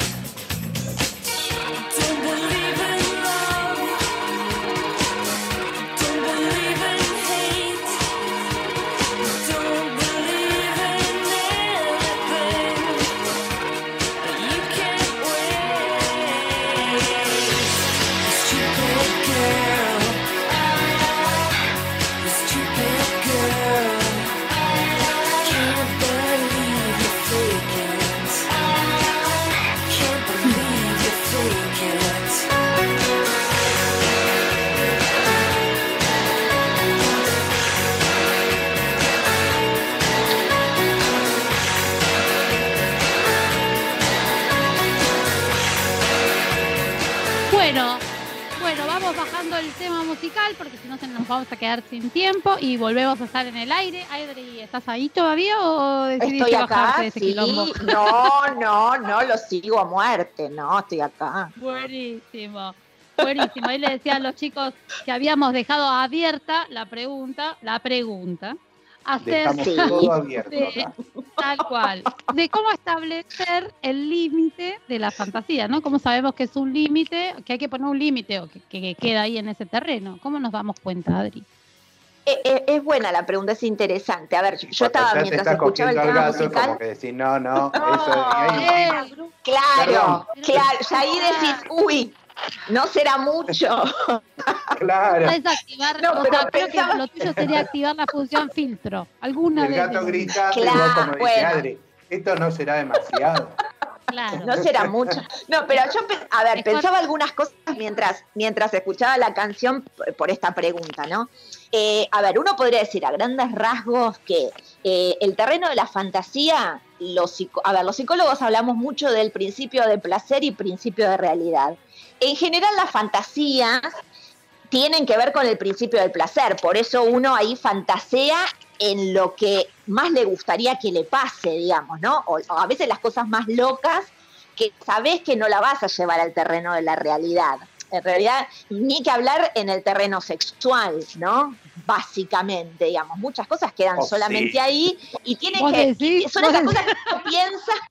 Don't believe in love. Don't believe in hate. Don't believe in anything that you can't waste. Stupid girl, you stupid girl. Can't believe you fake it. Can't believe you fake it. Bueno, bueno, vamos bajando el tema musical porque si no se nos vamos a quedar sin tiempo y volvemos a estar en el aire. Adri, ¿estás ahí todavía o decidiste Estoy acá, bajarte de ese sí. quilombo? No, no, no, lo sigo a muerte. No, estoy acá. Buenísimo, buenísimo. Ahí le decía a los chicos que habíamos dejado abierta la pregunta, la pregunta, Dejamos acerca todo abierto de, acá. tal cual, de cómo establecer el límite de la fantasía, ¿no? Cómo sabemos que es un límite, que hay que poner un límite o que, que queda ahí en ese terreno. ¿Cómo nos damos cuenta, Adri? Eh, eh, es buena la pregunta, es interesante. A ver, yo Cuando estaba ya te mientras está escuchaba el cogiendo al tema gato, es musical. como que decís, no, no, eso, y hay un Eh, límite. grupo, Claro, Perdón. claro, ya ahí decís, uy, no será mucho. Claro. es activar, No, o pero sea, creo pensaba- que lo tuyo sería activar la función filtro. Y Alguna el vez. gato digo, gritando, Claro, igual como dice bueno. Adri, esto no será demasiado. Claro. No será mucho. No, pero yo, pe- a ver, Mejor- pensaba algunas cosas mientras, mientras escuchaba la canción p- por esta pregunta, ¿no? Eh, a ver, uno podría decir a grandes rasgos que eh, el terreno de la fantasía, los, psico- a ver, los psicólogos hablamos mucho del principio de placer y principio de realidad. En general las fantasías tienen que ver con el principio del placer, por eso uno ahí fantasea en lo que más le gustaría que le pase, digamos, ¿no? O, o a veces las cosas más locas que sabés que no la vas a llevar al terreno de la realidad. En realidad, ni que hablar en el terreno sexual, ¿no? Básicamente, digamos, muchas cosas quedan Oh, solamente sí. ahí y tienen ¿Vos que... decís? Son ¿Vos esas decís? cosas que uno piensa,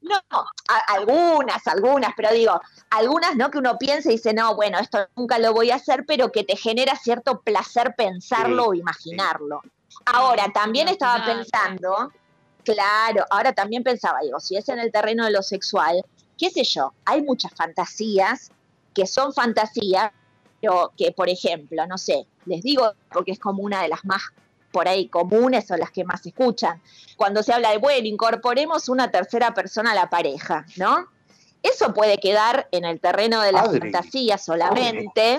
No, a- algunas, algunas, pero digo, algunas no que uno piensa y dice, no, bueno, esto nunca lo voy a hacer, pero que te genera cierto placer pensarlo Sí, o imaginarlo. Ahora, también estaba curiosidad. pensando, claro, ahora también pensaba, digo, si es en el terreno de lo sexual, qué sé yo, hay muchas fantasías que son fantasías, pero que, por ejemplo, no sé, les digo porque es como una de las más por ahí comunes o las que más se escuchan, cuando se habla de, bueno, incorporemos una tercera persona a la pareja, ¿no? Eso puede quedar en el terreno de la Adri, fantasía solamente,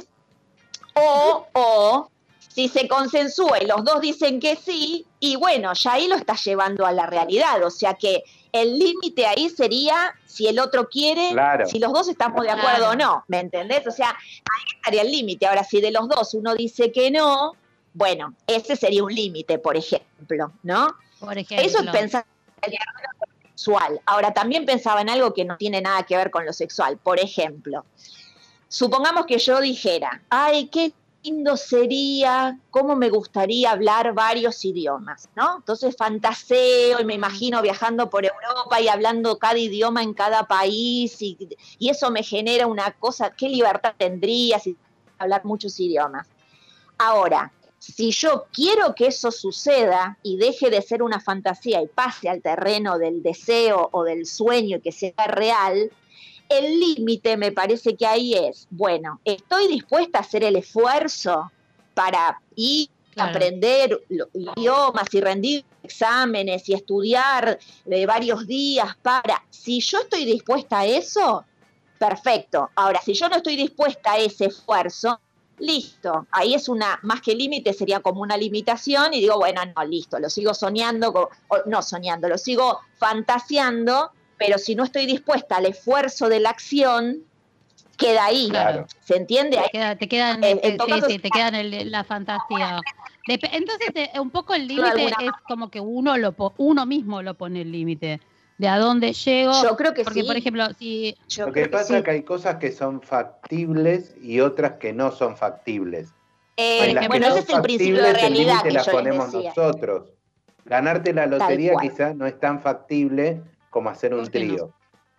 o, o si se consensúa y los dos dicen que sí, y bueno, ya ahí lo estás llevando a la realidad, o sea que el límite ahí sería si el otro quiere, claro, si los dos estamos de acuerdo o Claro. no, ¿me entendés? O sea, ahí estaría el límite. Ahora, si de los dos uno dice que no, bueno, ese sería un límite, por ejemplo, ¿no? Por Eso es ejemplo. pensar en el terreno sexual. Ahora, también pensaba en algo que no tiene nada que ver con lo sexual. Por ejemplo, supongamos que yo dijera, ay, qué lindo sería, cómo me gustaría hablar varios idiomas, ¿no? Entonces fantaseo y me imagino viajando por Europa y hablando cada idioma en cada país y, y eso me genera una cosa, qué libertad tendría si hablar muchos idiomas. Ahora, si yo quiero que eso suceda y deje de ser una fantasía y pase al terreno del deseo o del sueño y que sea real, el límite me parece que ahí es, bueno, estoy dispuesta a hacer el esfuerzo para ir a Claro. aprender lo- idiomas y rendir exámenes y estudiar de varios días para, si yo estoy dispuesta a eso, perfecto. Ahora, si yo no estoy dispuesta a ese esfuerzo, listo, ahí es una, más que límite, sería como una limitación y digo, bueno, no, listo, lo sigo soñando, co- o, no soñando, lo sigo fantaseando, pero si no estoy dispuesta al esfuerzo de la acción, queda ahí, claro. ¿se entiende? Ahí, Queda- te quedan, en, en eh, todo sí, caso, sí, te quedan el- la fantasía. Dep- Entonces, eh, un poco el límite alguna- es como que uno lo po- uno mismo lo pone el límite. De a dónde llego. yo creo que Porque, sí, por ejemplo, si. yo Lo creo que que pasa sí. es que hay cosas que son factibles y otras que no son factibles. Eh, Por Y las que bueno, ese son es el principio de factibles, el realidad límite que las yo les ponemos decía. nosotros. Ganarte la Tal lotería cual. quizás no es tan factible como hacer un ¿Por qué no? trío.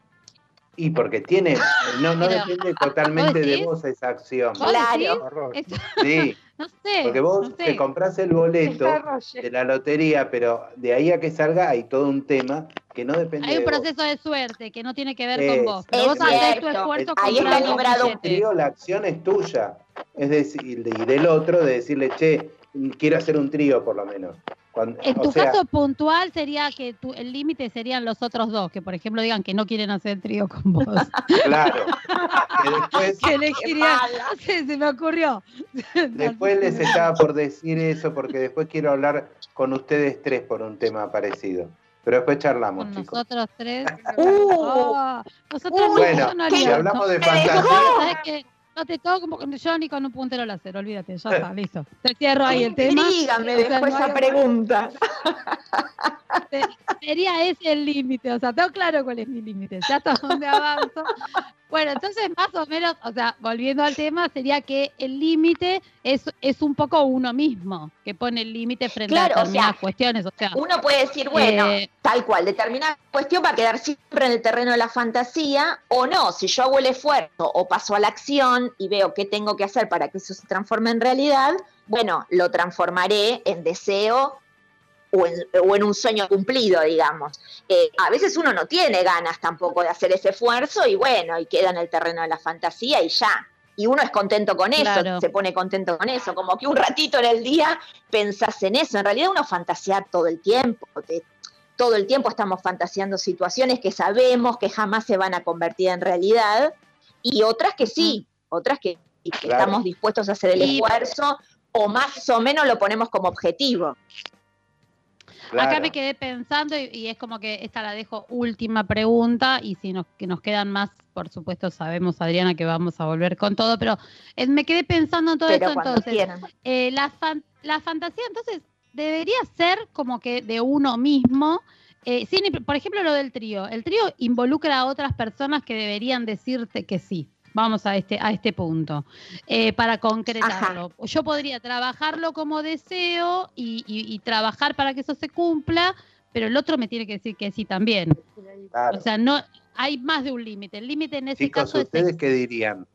Y porque tiene, no, no Pero, depende ¿vos totalmente de decís? vos esa acción. ¿Vos Claro. decís? Horror. Eso- Sí, no sé. porque vos no te sé. compras el boleto Desarrolle. de la lotería, pero de ahí a que salga hay todo un tema que no depende Hay un de vos. proceso de suerte que no tiene que ver con vos. Pero Es vos haces tu cierto. esfuerzo Ahí está comprando un librado un El billete. trío, la acción es tuya. Es decir, y del otro de decirle, che, quiero hacer un trío por lo menos. Cuando, En o tu sea, caso puntual sería que tu- el límite serían los otros dos, que por ejemplo digan que no quieren hacer el trío con vos. claro. Que después, que elegirían. No sé, se me ocurrió. después les estaba por decir eso, porque después quiero hablar con ustedes tres por un tema parecido. Pero después charlamos, Con chicos. nosotros tres. Uh, Ah, nosotros no, Bueno, yo no si haría hablamos eso. de Me fantasía, dejó. ¿Sabes qué? No te toco como con- yo ni con un puntero láser, olvídate, ya está, listo. Te cierro ahí el tema. Intriga me O sea, dejó no esa hay- pregunta. Te- Sería ese el límite, o sea, tengo claro cuál es mi límite, ya hasta dónde avanzo. Bueno, entonces más o menos, o sea, volviendo al tema, sería que el límite es, es un poco uno mismo, que pone el límite frente Claro, a o determinadas sea, cuestiones, o sea, Uno puede decir, bueno, Eh, tal cual, determinada cuestión va a quedar siempre en el terreno de la fantasía, o no, si yo hago el esfuerzo o paso a la acción y veo qué tengo que hacer para que eso se transforme en realidad, bueno, lo transformaré en deseo o en, o en un sueño cumplido, digamos. Eh, a veces uno no tiene ganas tampoco de hacer ese esfuerzo y bueno, y queda en el terreno de la fantasía y ya. Y uno es contento con eso, Claro. se pone contento con eso, como que un ratito en el día pensás en eso. En realidad uno fantasea todo el tiempo, te- todo el tiempo estamos fantaseando situaciones que sabemos que jamás se van a convertir en realidad y otras que sí, otras que, que Claro. estamos dispuestos a hacer el Y- esfuerzo o más o menos lo ponemos como objetivo. claro. Acá me quedé pensando y, y es como que esta la dejo última pregunta y si nos, que nos quedan más, por supuesto sabemos, Adriana, que vamos a volver con todo, pero eh, me quedé pensando en todo Pero esto cuando entonces. quieran. Eh, la, fan- la fantasía entonces debería ser como que de uno mismo. Eh, sin impl- por ejemplo, lo del trío. El trío involucra a otras personas que deberían decirte que sí. Vamos a este, a este punto. Eh, para concretarlo. Yo podría trabajarlo como deseo y, y- y trabajar para que eso se cumpla, pero el otro me tiene que decir que sí también. Claro. O sea, no hay más de un límite. El límite en ese Chicos, caso es ¿ustedes ex- qué dirían?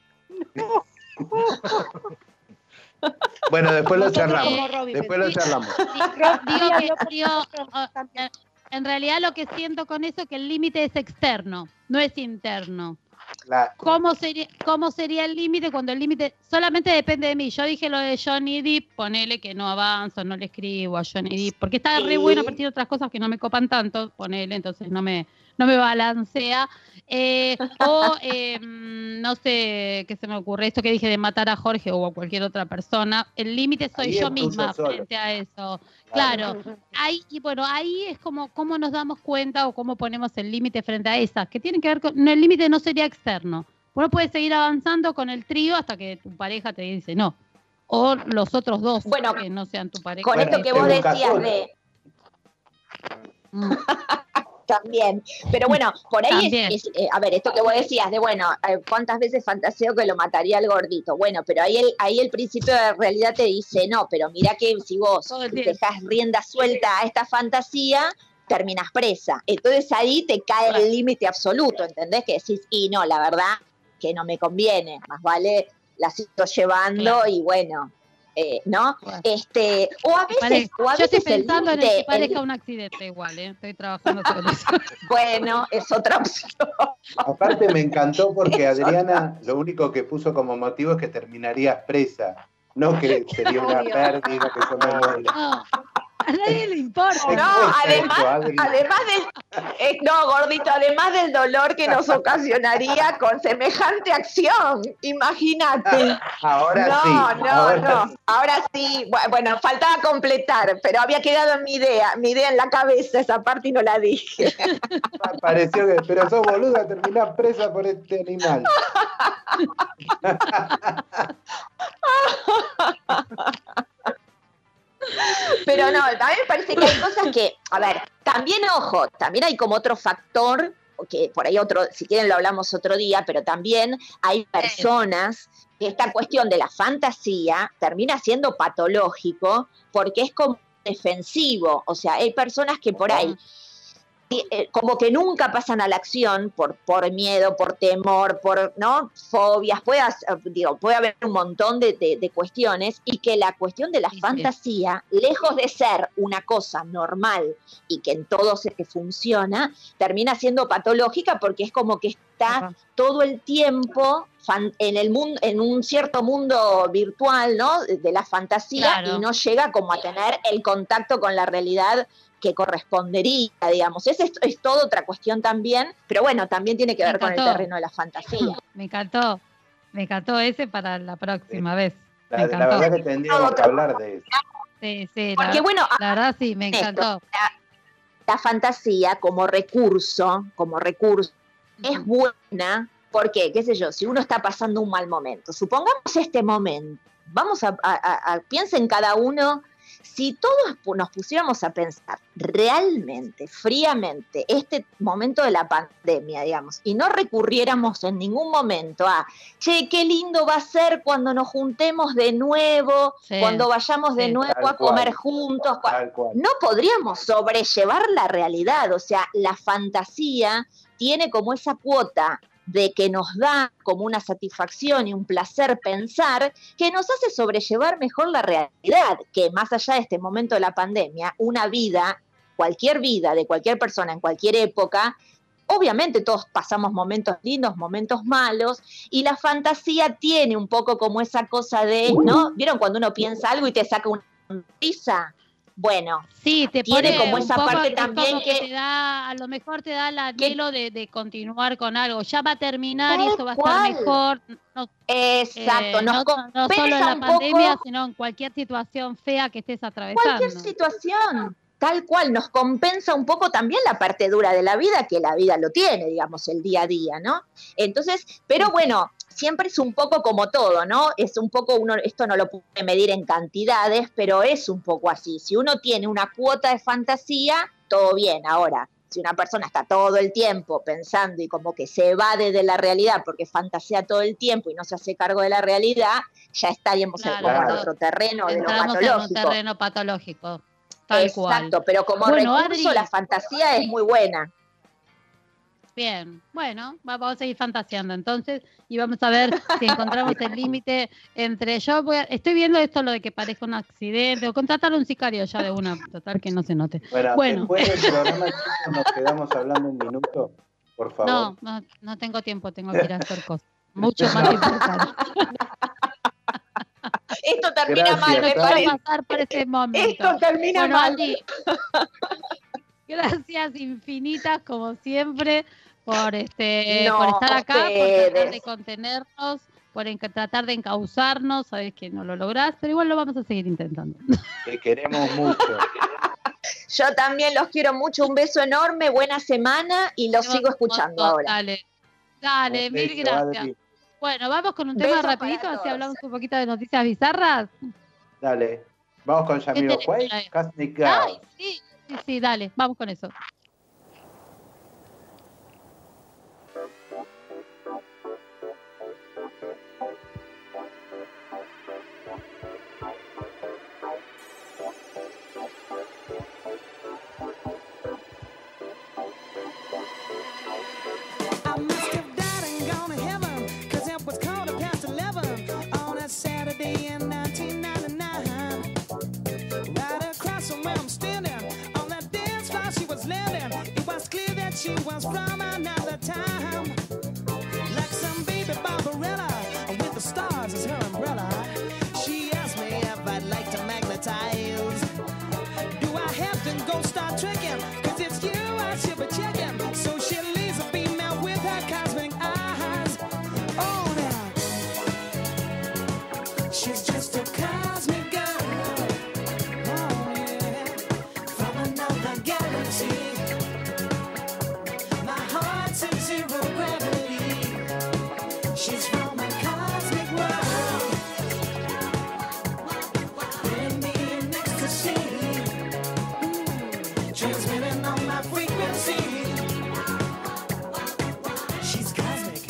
Bueno, después lo Nosotros charlamos. como Robbie Después lo pensamos. charlamos. Di- digo Robbie que habló por digo, nosotros o- también. en, en realidad lo que siento con eso es que el límite es externo, no es interno. La- ¿Cómo sería, cómo sería el límite cuando el límite solamente depende de mí? Yo dije lo de Johnny Depp, ponele que no avanzo, no le escribo a Johnny Depp, porque está re Sí. bueno, pero tiene otras cosas que no me copan tanto, ponele, entonces no me, no me balancea. Eh, o, eh, no sé, qué se me ocurre, esto que dije de matar a Jorge o a cualquier otra persona, el límite soy Ahí yo es tuyo misma solo. frente a eso. Claro, ahí, y bueno, ahí es como cómo nos damos cuenta o cómo ponemos el límite frente a esas, que tienen que ver con, no, el límite no sería externo. Uno puede seguir avanzando con el trío hasta que tu pareja te dice no. O los otros dos Bueno, que no sean tu pareja. Con Bueno, esto que te vos buscas decías solo. de Mm, también, pero bueno, por ahí También. es, es, eh, a ver, esto que vos decías de, bueno, eh, ¿cuántas veces fantaseo que lo mataría al gordito? Bueno, pero ahí el, ahí el principio de realidad te dice, no, pero mira que si vos Todo el tiempo. dejás rienda suelta a esta fantasía, terminas presa. Entonces ahí te cae el límite absoluto, ¿entendés? Que decís, y no, la verdad que no me conviene, más vale la sigo llevando Claro. y bueno, eh, ¿no? Bueno. Este, o a Pare- veces, o a Yo estoy veces el pensando en el límite, que parezca el- un accidente igual, ¿eh? Estoy trabajando sobre eso. bueno, es otra opción. Aparte me encantó porque Adriana lo único que puso como motivo es que terminarías presa, no que sería una Obvio. pérdida, que yo me muero. No, a nadie le importa. ¿Qué No, cuesta además, eso, Adri? además del, eh, no, gordito, además del dolor que nos ocasionaría con semejante acción, imagínate. Ahora No, sí. no, ahora no. sí. Ahora sí, Bu- bueno, faltaba completar, pero había quedado en mi idea, mi idea en la cabeza esa parte y no la dije. Pareció que, pero sos boluda, terminás presa por este animal. Pero no, a mí me parece que hay cosas que, a ver, también ojo, también hay como otro factor, que por ahí otro, si quieren lo hablamos otro día, pero también hay personas que esta cuestión de la fantasía termina siendo patológico porque es como defensivo, o sea, hay personas que por ahí y, eh, como que nunca pasan a la acción por, por miedo, por temor, por no fobias, puede, hacer- digo, puede haber un montón de, de- de cuestiones y que la cuestión de la Sí, sí. fantasía, lejos de ser una cosa normal y que en todo se que funciona, termina siendo patológica porque es como que está Ajá. todo el tiempo fan- en el mundo, en un cierto mundo virtual, ¿no? De de la fantasía Claro. y no llega como a tener el contacto con la realidad que correspondería, digamos. Esa es, es toda otra cuestión también, pero bueno, también tiene que Me ver con el encantó. terreno de la fantasía. Me encantó. Me encantó ese para la próxima vez. Me La, la encantó. verdad que tendríamos que hablar de eso. Sí, sí, Porque la, bueno, la verdad sí, me esto, encantó. la, la fantasía como recurso, como recurso, es buena, porque, qué sé yo, si uno está pasando un mal momento, supongamos este momento, vamos a, a, a- a- piensen cada uno, si todos pu- nos pusiéramos a pensar realmente, fríamente, este momento de la pandemia, digamos, y no recurriéramos en ningún momento a, che, qué lindo va a ser cuando nos juntemos de nuevo, Sí, cuando vayamos de sí. nuevo Tal a comer cual. juntos, cua- Tal cual. no podríamos sobrellevar la realidad, o sea, la fantasía tiene como esa cuota de que nos da como una satisfacción y un placer pensar que nos hace sobrellevar mejor la realidad, que más allá de este momento de la pandemia, una vida, cualquier vida de cualquier persona en cualquier época, obviamente todos pasamos momentos lindos, momentos malos, y la fantasía tiene un poco como esa cosa de, ¿no? ¿Vieron cuando uno piensa algo y te saca una sonrisa? Bueno, Sí, te tiene pone como un esa poco, parte es también como que, que- te da, a lo mejor te da el que- anhelo de, de continuar con algo. Ya va a terminar y Tal eso va a cual. estar mejor. No, exacto, eh, nos no, no compensa solo en la un pandemia, poco sino en cualquier situación fea que estés atravesando. cualquier situación. Tal cual, nos compensa un poco también la parte dura de la vida, que la vida lo tiene, digamos, el día a día, ¿no? Entonces, pero bueno, siempre es un poco como todo, ¿no? Es un poco, uno, esto no lo puede medir en cantidades, pero es un poco así. Si uno tiene una cuota de fantasía, todo bien. Ahora, si una persona está todo el tiempo pensando y como que se evade de la realidad porque fantasea todo el tiempo y no se hace cargo de la realidad, ya estaríamos en, Claro, como en claro. otro terreno de lo Entramos en un patológico. terreno patológico. Tal Exacto, cual. pero como Bueno, recurso Adri, la fantasía es muy buena. bien. Bueno, va- vamos a seguir fantaseando entonces y vamos a ver si encontramos el límite entre yo voy a- estoy viendo esto lo de que parezca un accidente o contratar a un sicario ya de una, total que no se note. Bueno, Bueno, después del programa chicos, nos quedamos hablando un minuto, por favor. no, no, no tengo tiempo, tengo que ir a hacer cosas mucho más importantes. Esto termina Gracias, mal, me No quiero parece. pasar por ese momento. Esto termina Bueno, mal. Andy, gracias infinitas, como siempre, por este, No, por estar acá, por tratar de ustedes. contenernos, por enca- tratar de encauzarnos. Sabes que no lo lográs, pero igual lo vamos a seguir intentando. Te queremos mucho. Yo también los quiero mucho. Un beso enorme, buena semana y los sigo escuchando ahora. Dale, dale, Un mil beso, gracias. Adri. Bueno, vamos con un tema Besos para rapidito, así todos. hablamos un poquito de noticias bizarras. Dale. Vamos con Yamiro tenés Juez, por ahí? Cosmic Ay, Girl. sí, sí, sí, dale, vamos con eso. I must have died and gone to heaven, 'cause it was quarter past eleven on a Saturday in nineteen ninety-nine. Right across from where I'm standing, on that dance floor she was landing. It was clear that she was from another time. Like some baby Barbarella, with the stars as her umbrella. She asked me if I'd like to magnetize. Do I have to go start trekking? 'Cause it's you I should be checking. So she leaves a beam out with her cosmic eyes. Oh, now she's just a cosmic girl. Oh, yeah. From another galaxy. My heart's in zero gravity. She's from a cosmic world. Putting me in ecstasy. Transmitting on my frequency. She's cosmic.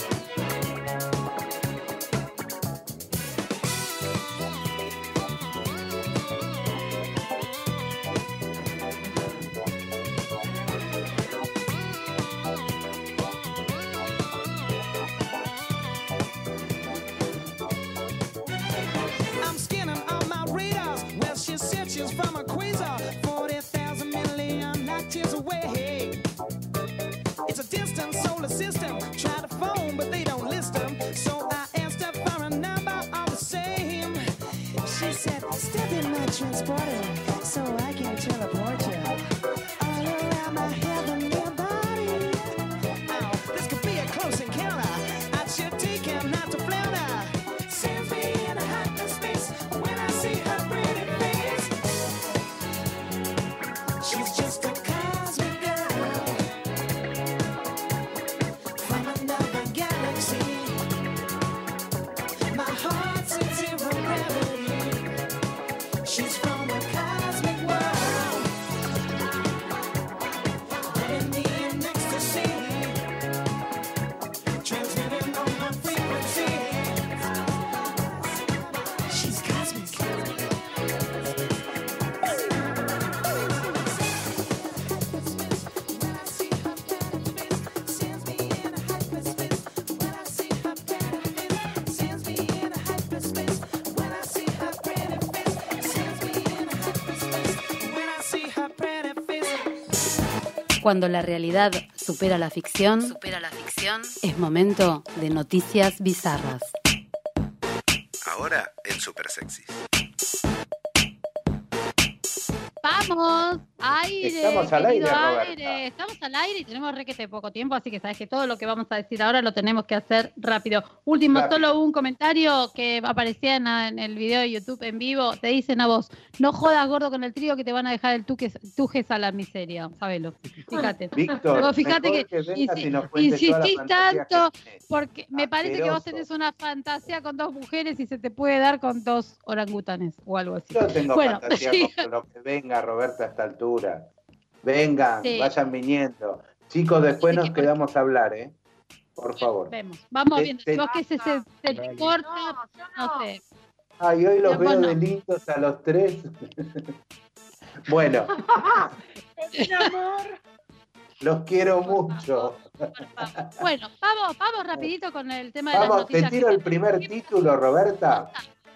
I'm scanning on my radars. Well, she said she's from a quasar, forty thousand million light years away. It's a distant solar system. Try to phone, but they don't list them. So I asked her for a number all the same. She said, step in my transporter so I can teleport you all around my heavenly body. Oh, this could be a close encounter. I should take him not to flounder. Sends me in a hyperspace when I see her pretty face. She's just a cosmic girl from another galaxy. My heart's in zero gravity. She's from a cosmic world. Putting me in ecstasy. Transmitting on my frequency. She's cosmic. Sends me in a hyperspace when I see her pretty face. Sends me in a hyperspace when I see her pretty face. Sends me in a hyperspace when I see her pretty face. Cuando la realidad supera la ficción, supera la ficción, es momento de noticias bizarras. Ahora en Super Sexy. Vamos, aire, Estamos al querido aire, Roberta. aire. Estamos al aire y tenemos requete poco tiempo, así que sabes que todo lo que vamos a decir ahora lo tenemos que hacer rápido. Último, Rápido. solo un comentario que aparecía en, en el video de YouTube en vivo. Te dicen a vos, no jodas gordo con el trío que te van a dejar el tuques, tujes a la miseria. Sabelo, fíjate. Víctor, Vos fíjate mejor que, que vengas insi- y nos cuentes toda la insistís fantasía tanto que tenés. porque me parece que vos Asqueroso. tenés una fantasía con dos mujeres y se te puede dar con dos orangutanes o algo así. Yo tengo Bueno, fantasía sí. con lo que venga, Roberta, a esta altura. Vengan, Sí. vayan viniendo. Chicos, después Sí, nos porque- quedamos a hablar, ¿eh? Por favor. Vemos, vamos Te- viendo. te- Si vos que se, se, se te Dale. corta, No, no sé. Ay, hoy los Ya, veo bueno. de lindos a los tres. Bueno, Mi amor. Los quiero mucho. Bueno, vamos, vamos rapidito con el tema de las Vamos, te noticias. tiro que el primer título, Roberta.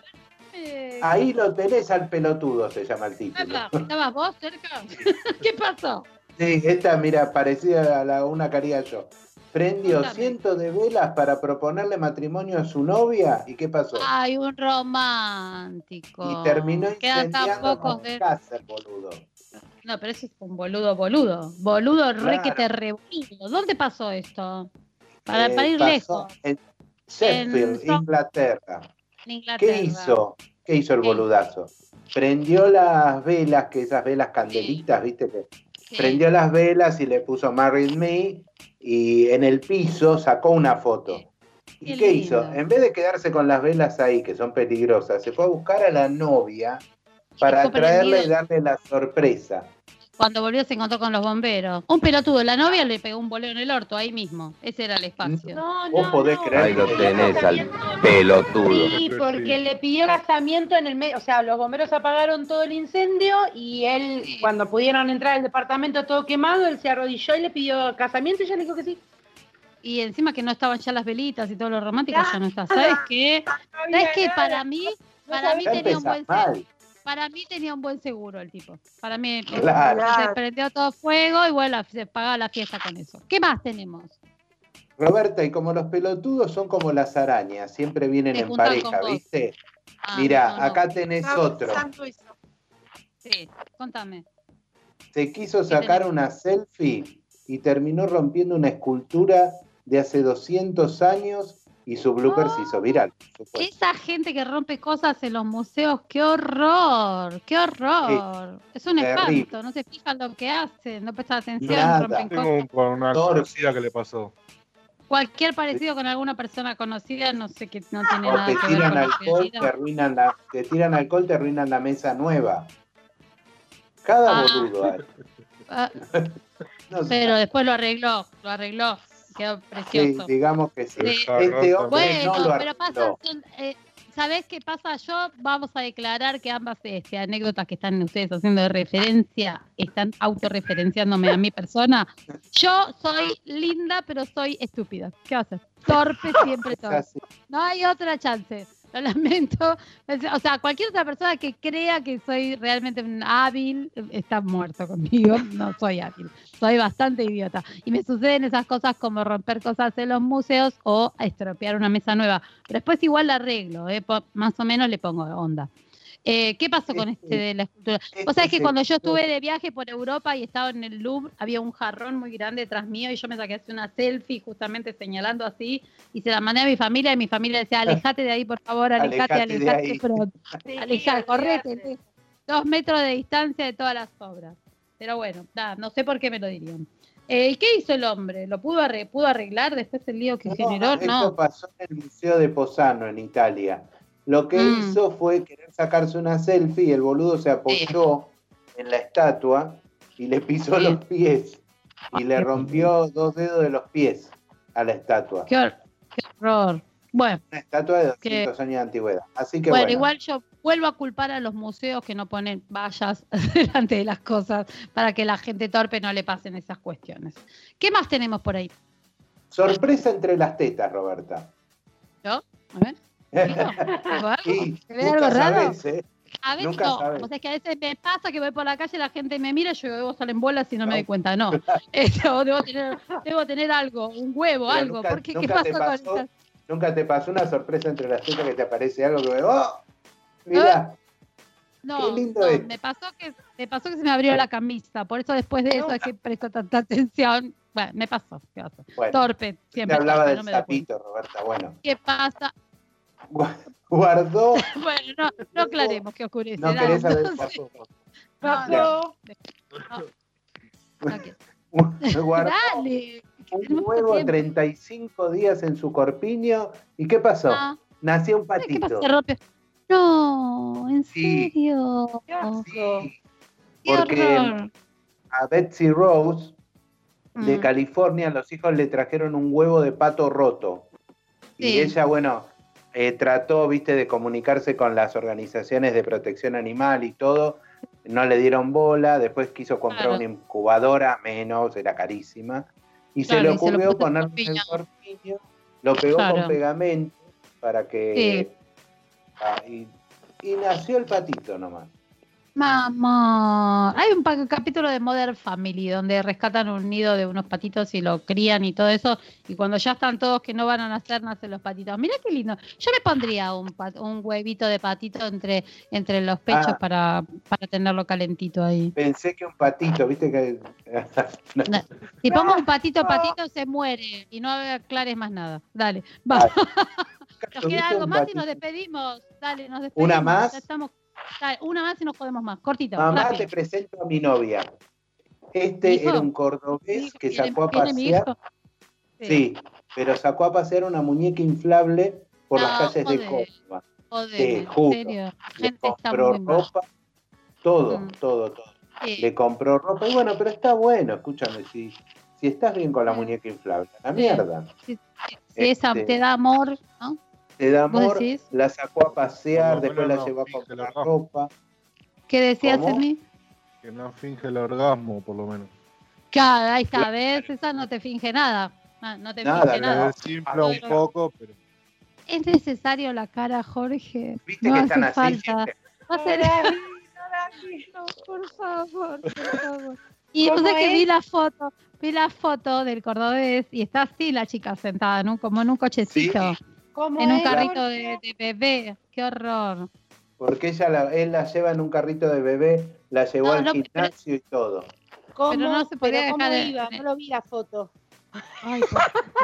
Eh, Ahí lo tenés al pelotudo, se llama el título. Epa, ¿estabas vos cerca? ¿Qué pasó? Sí, esta, mira, parecida a la, una que haría yo. Prendió Contame. cientos de velas para proponerle matrimonio a su novia. ¿Y qué pasó? Ay, un romántico. Y terminó Quedan tan incendiando pocos con de... casa, el boludo. No, pero ese es un boludo, boludo. Boludo re Claro. que te re boludo. ¿Dónde pasó esto? Para, Eh, para ir pasó lejos. En Sheffield, En- Inglaterra. En Inglaterra. ¿Qué hizo? ¿Qué hizo el ¿Qué boludazo? Prendió las velas, que esas velas candelitas, ¿viste? Que Sí. prendió las velas y le puso Marry Me y en el piso sacó una foto. ¿Y Qué qué lindo. hizo? En vez de quedarse con las velas ahí, que son peligrosas, se fue a buscar a la novia para dejó traerle y prendido. darle la sorpresa. Cuando volvió se encontró con los bomberos. Un pelotudo, la novia le pegó un boleo en el orto, ahí mismo. Ese era el espacio. No, Vos no, podés no. creer Ahí lo que- tenés al pelotudo. Sí, porque le pidió casamiento en el medio, o sea, los bomberos apagaron todo el incendio y él, cuando pudieron entrar al departamento todo quemado, él se arrodilló y le pidió casamiento y ella le dijo que sí. Y encima que no estaban ya las velitas y todo lo romántico, Ya. ya no está. ¿Sabes qué? No había ¿Sabes qué? nada. Para mí, No para mí Ya tenía un buen empezás seguro. mal. Para mí tenía un buen seguro el tipo. Para mí eh, Claro. se prendió todo fuego y bueno, se pagaba la fiesta con eso. ¿Qué más tenemos? Roberta, y como los pelotudos son como las arañas, siempre vienen Se en juntan pareja, con vos. ¿viste? Ah, Mirá, no, no. acá tenés Estaba otro. pensando eso. Sí, contame. Se quiso ¿Qué sacar tenés? una selfie y terminó rompiendo una escultura de hace doscientos años y su blooper se hizo viral. por supuesto. Esa gente que rompe cosas en los museos, qué horror, qué horror. Es un terrible. espanto, no se fijan lo que hacen, no prestan atención, Nada. rompen Tengo cosas. un- con una Torpe. conocida que le pasó. Cualquier parecido con alguna persona conocida, no sé que no tiene O nada te que ver tiran con la alcohol, te realidad. arruinan la, te tiran alcohol, te arruinan la mesa nueva. Cada Ah. boludo hay. Ah, No sé. pero después lo arregló, lo arregló, quedó Sí, precioso. digamos que sí. Sí. Este hombre Bueno, no lo pero pasa, arregló. son, eh, ¿sabés qué pasa? Yo vamos a declarar que ambas este, anécdotas que están ustedes haciendo de referencia están autorreferenciándome a mi persona. Yo soy linda, pero soy estúpida. ¿Qué va a hacer? Torpe, siempre Es torpe. así. No hay otra chance. Lo lamento. O sea, cualquier otra persona que crea que soy realmente un hábil está muerto conmigo. No soy hábil. Soy bastante idiota. Y me suceden esas cosas como romper cosas en los museos o estropear una mesa nueva. Pero después igual la arreglo. ¿eh? Po- Más o menos le pongo onda. Eh, ¿Qué pasó con este de la escultura? Vos sabés que Este cuando yo señor- estuve de viaje por Europa y estaba en el Louvre, había un jarrón muy grande detrás mío y yo me saqué así una selfie justamente señalando así y se la mandé a mi familia y mi familia decía, alejate de ahí, por favor, alejate, Alejate de alejate, ahí. pronto. Sí, Alejate, correte, olvídate. te- dos metros de distancia de todas las obras. Pero bueno, nada, no sé por qué me lo dirían. Eh, ¿y qué hizo el hombre? ¿Lo pudo, arre- pudo arreglar después el lío que No, generó? esto No. pasó en el Museo de Posano, en Italia. Lo que Mm. hizo fue querer sacarse una selfie y el boludo se apoyó en la estatua y le pisó Sí. los pies y le rompió dos dedos de los pies a la estatua. Qué, hor- qué horror. Bueno, Una estatua de doscientos años de antigüedad. Así que bueno, bueno, igual yo vuelvo a culpar a los museos que no ponen vallas delante de las cosas para que la gente torpe no le pasen esas cuestiones. ¿Qué más tenemos por ahí? sorpresa entre las tetas, Roberta. ¿Yo? A ver. ¿Digo? ¿Digo algo? Y ¿Se ve algo nunca raro? sabés, ¿eh? A veces Nunca no. sabes. O sea, es que a veces me pasa que voy por la calle, la gente me mira, yo debo salen bolas y no me No. doy cuenta. No. Eso, debo, tener, debo tener algo, un huevo, Pero algo. nunca- Porque, ¿qué nunca te pasó con pasó estas? ¿Nunca te pasó una sorpresa entre las tetas que te aparece algo que ¡oh! Mirá, No, Qué lindo no, es. me pasó que me pasó que se me abrió la camisa, por eso después de eso es que presto tanta atención. Bueno, me pasó. ¿Qué pasa? bueno, Torpe, te siempre. hablaba torpe, del no me doy cuenta. sapito, Roberta. Bueno, ¿Qué pasa? gu- guardó, Bueno, no, no aclaremos qué ocurre. no querés saber qué pasó. Pasó. Guardó Dale. un tenemos poco huevo tiempo. treinta y cinco días en su corpiño. ¿Y qué pasó? Ah, Nació un ¿qué patito. pasó? Se rompió. No, en Sí. serio. Qué asco. Sí, Qué porque horror. a Betsy Rose de Mm. California los hijos le trajeron un huevo de pato roto. Y Sí. ella, bueno, eh, trató, viste, de comunicarse con las organizaciones de protección animal y todo. no le dieron bola, después quiso comprar Claro. una incubadora, menos, era carísima, y se Claro, le y se lo ocurrió puso en ponerle el corpiño. corpiño, lo pegó Claro. con pegamento para que... Sí. ah, y, y nació el patito nomás. Mamá, hay un pa- capítulo de Modern Family donde rescatan un nido de unos patitos y lo crían y todo eso, y cuando ya están todos que no van a nacer, nacen los patitos. Mirá qué lindo. Yo me pondría un, pat- un huevito de patito entre, entre los pechos Ah. para, para tenerlo calentito ahí. Pensé que un patito, viste que... No. No, si pongo un patito, patito se muere y no aclares más nada. Dale, va. Nos ¿Viste queda algo un más y patito? nos despedimos. Dale, nos despedimos. ¿Una más? Ya estamos. Dale, una más y nos podemos más. Cortito, Mamá, rápido. te presento a mi novia. Este ¿Hijo? era un cordobés que ¿Viene- sacó a viene mi pasear. hijo? Sí, pero sacó a pasear una muñeca inflable por No, las calles de joder. Córdoba. Joder, Te en juro. serio. La Le gente está compró muy mal. ropa, todo, Mm. todo, todo. Sí. Le compró ropa y bueno, pero está bueno, escúchame, si, si estás bien con la Sí. muñeca inflable, la Sí. mierda. Si esa Este, te da amor, ¿no? Te da ¿Vos amor, decís? la sacó a pasear, Por lo después la menos no llevó a finge comprar el orgasmo. ropa. ¿Qué decías, ¿Cómo? Emi? Que no finge el orgasmo, por lo menos. Claro, ahí está, ¿ves? Esa no te finge nada. No, no te Nada, finge Se nada. no. desinfla un Pero- poco, pero Es necesario la cara, Jorge. ¿Viste No que hace están así? falta. ¿Viste? Va a ser- Ahora sí, ahora sí. No, por favor, por favor. Y ¿Cómo o sea que es? vi la foto, vi la foto del cordobés y está así la chica sentada, en un, como en un cochecito, ¿Cómo en un es, carrito Jorge? de, de bebé. Qué horror. Porque ella la, él la lleva en un carrito de bebé, la llevó No, al no, pero- gimnasio y todo. ¿Cómo, Pero no se podía pero cómo dejar de- iba? No lo vi la foto. Ay, por-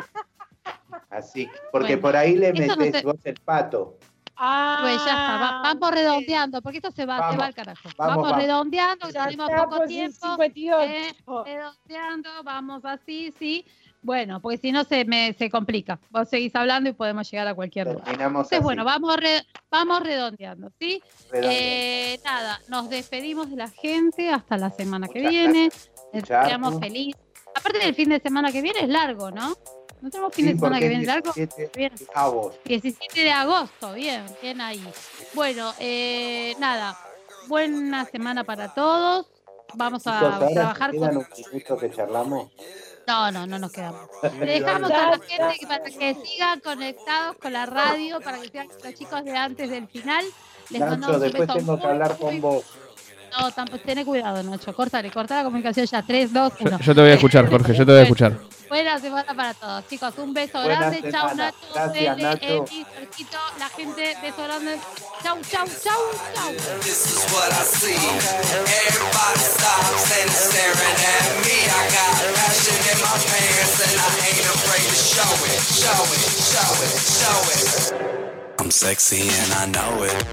Así, porque Bueno, por ahí le eso no metés se- vos el pato. Ah, Pues ya está, va- vamos redondeando, porque esto se va, se Vamos, va al carajo. vamos, Vamos, vamos. redondeando, que ya tenemos está, poco pues, el tiempo. cincuenta y ocho. eh, redondeando, vamos así, sí. Bueno, porque si no se me se complica. Vos seguís hablando y podemos llegar a cualquier lugar. Terminamos Entonces, así. bueno, vamos, re- vamos redondeando, ¿sí? redondeando. Eh, nada, nos despedimos de la gente hasta la semana que Muchas viene. gracias por Les escucharnos. deseamos feliz. Aparte del fin de semana que viene es largo, ¿no? ¿No tenemos fin Sí, de semana porque que viene es largo? diecisiete Bien. de agosto. diecisiete de agosto, bien, bien ahí. Bueno, eh, nada, buena semana para todos. Vamos a Chicos, ahora trabajar se quedan con... un minuto que charlamos. No, no, no nos quedamos. sí, Le dejamos dale. a la gente que- para que sigan conectados con la radio, para que sean los chicos de antes del final. Les Nacho, mandamos un después beso tengo que muy, hablar muy- con vos. No, tampoco, ten cuidado, Nacho. Córtale, corta la comunicación ya. tres, dos, Yo, uno. yo te voy a escuchar, Jorge, yo te voy a escuchar. Buena semana para todos, chicos. Un beso Buena grande. Chau, semana. Nacho. Gracias, Cele, Nacho. Emi, Jorgito, la gente. Beso grande. Chau, chau, chau, chau. This is what I see. Everybody stops and is staring at me. I got passion in my pants and I ain't afraid to show it, show it, show it, show it. I'm sexy and I know it.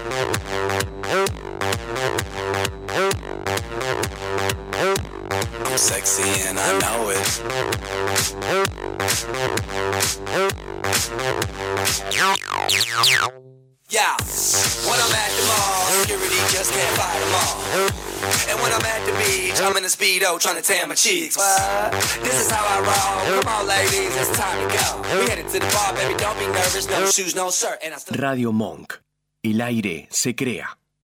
I'm sexy and I know it. Yeah, when I'm at the mall, security just can't fight them all. And when I'm at the beach, I'm in a Speedo trying to tan my cheeks. What? This is how I roll. Come on, ladies, it's time to go. We headed to the bar, baby, don't be nervous. No shoes, no shirt, and I still... Radio Monk. El aire se crea.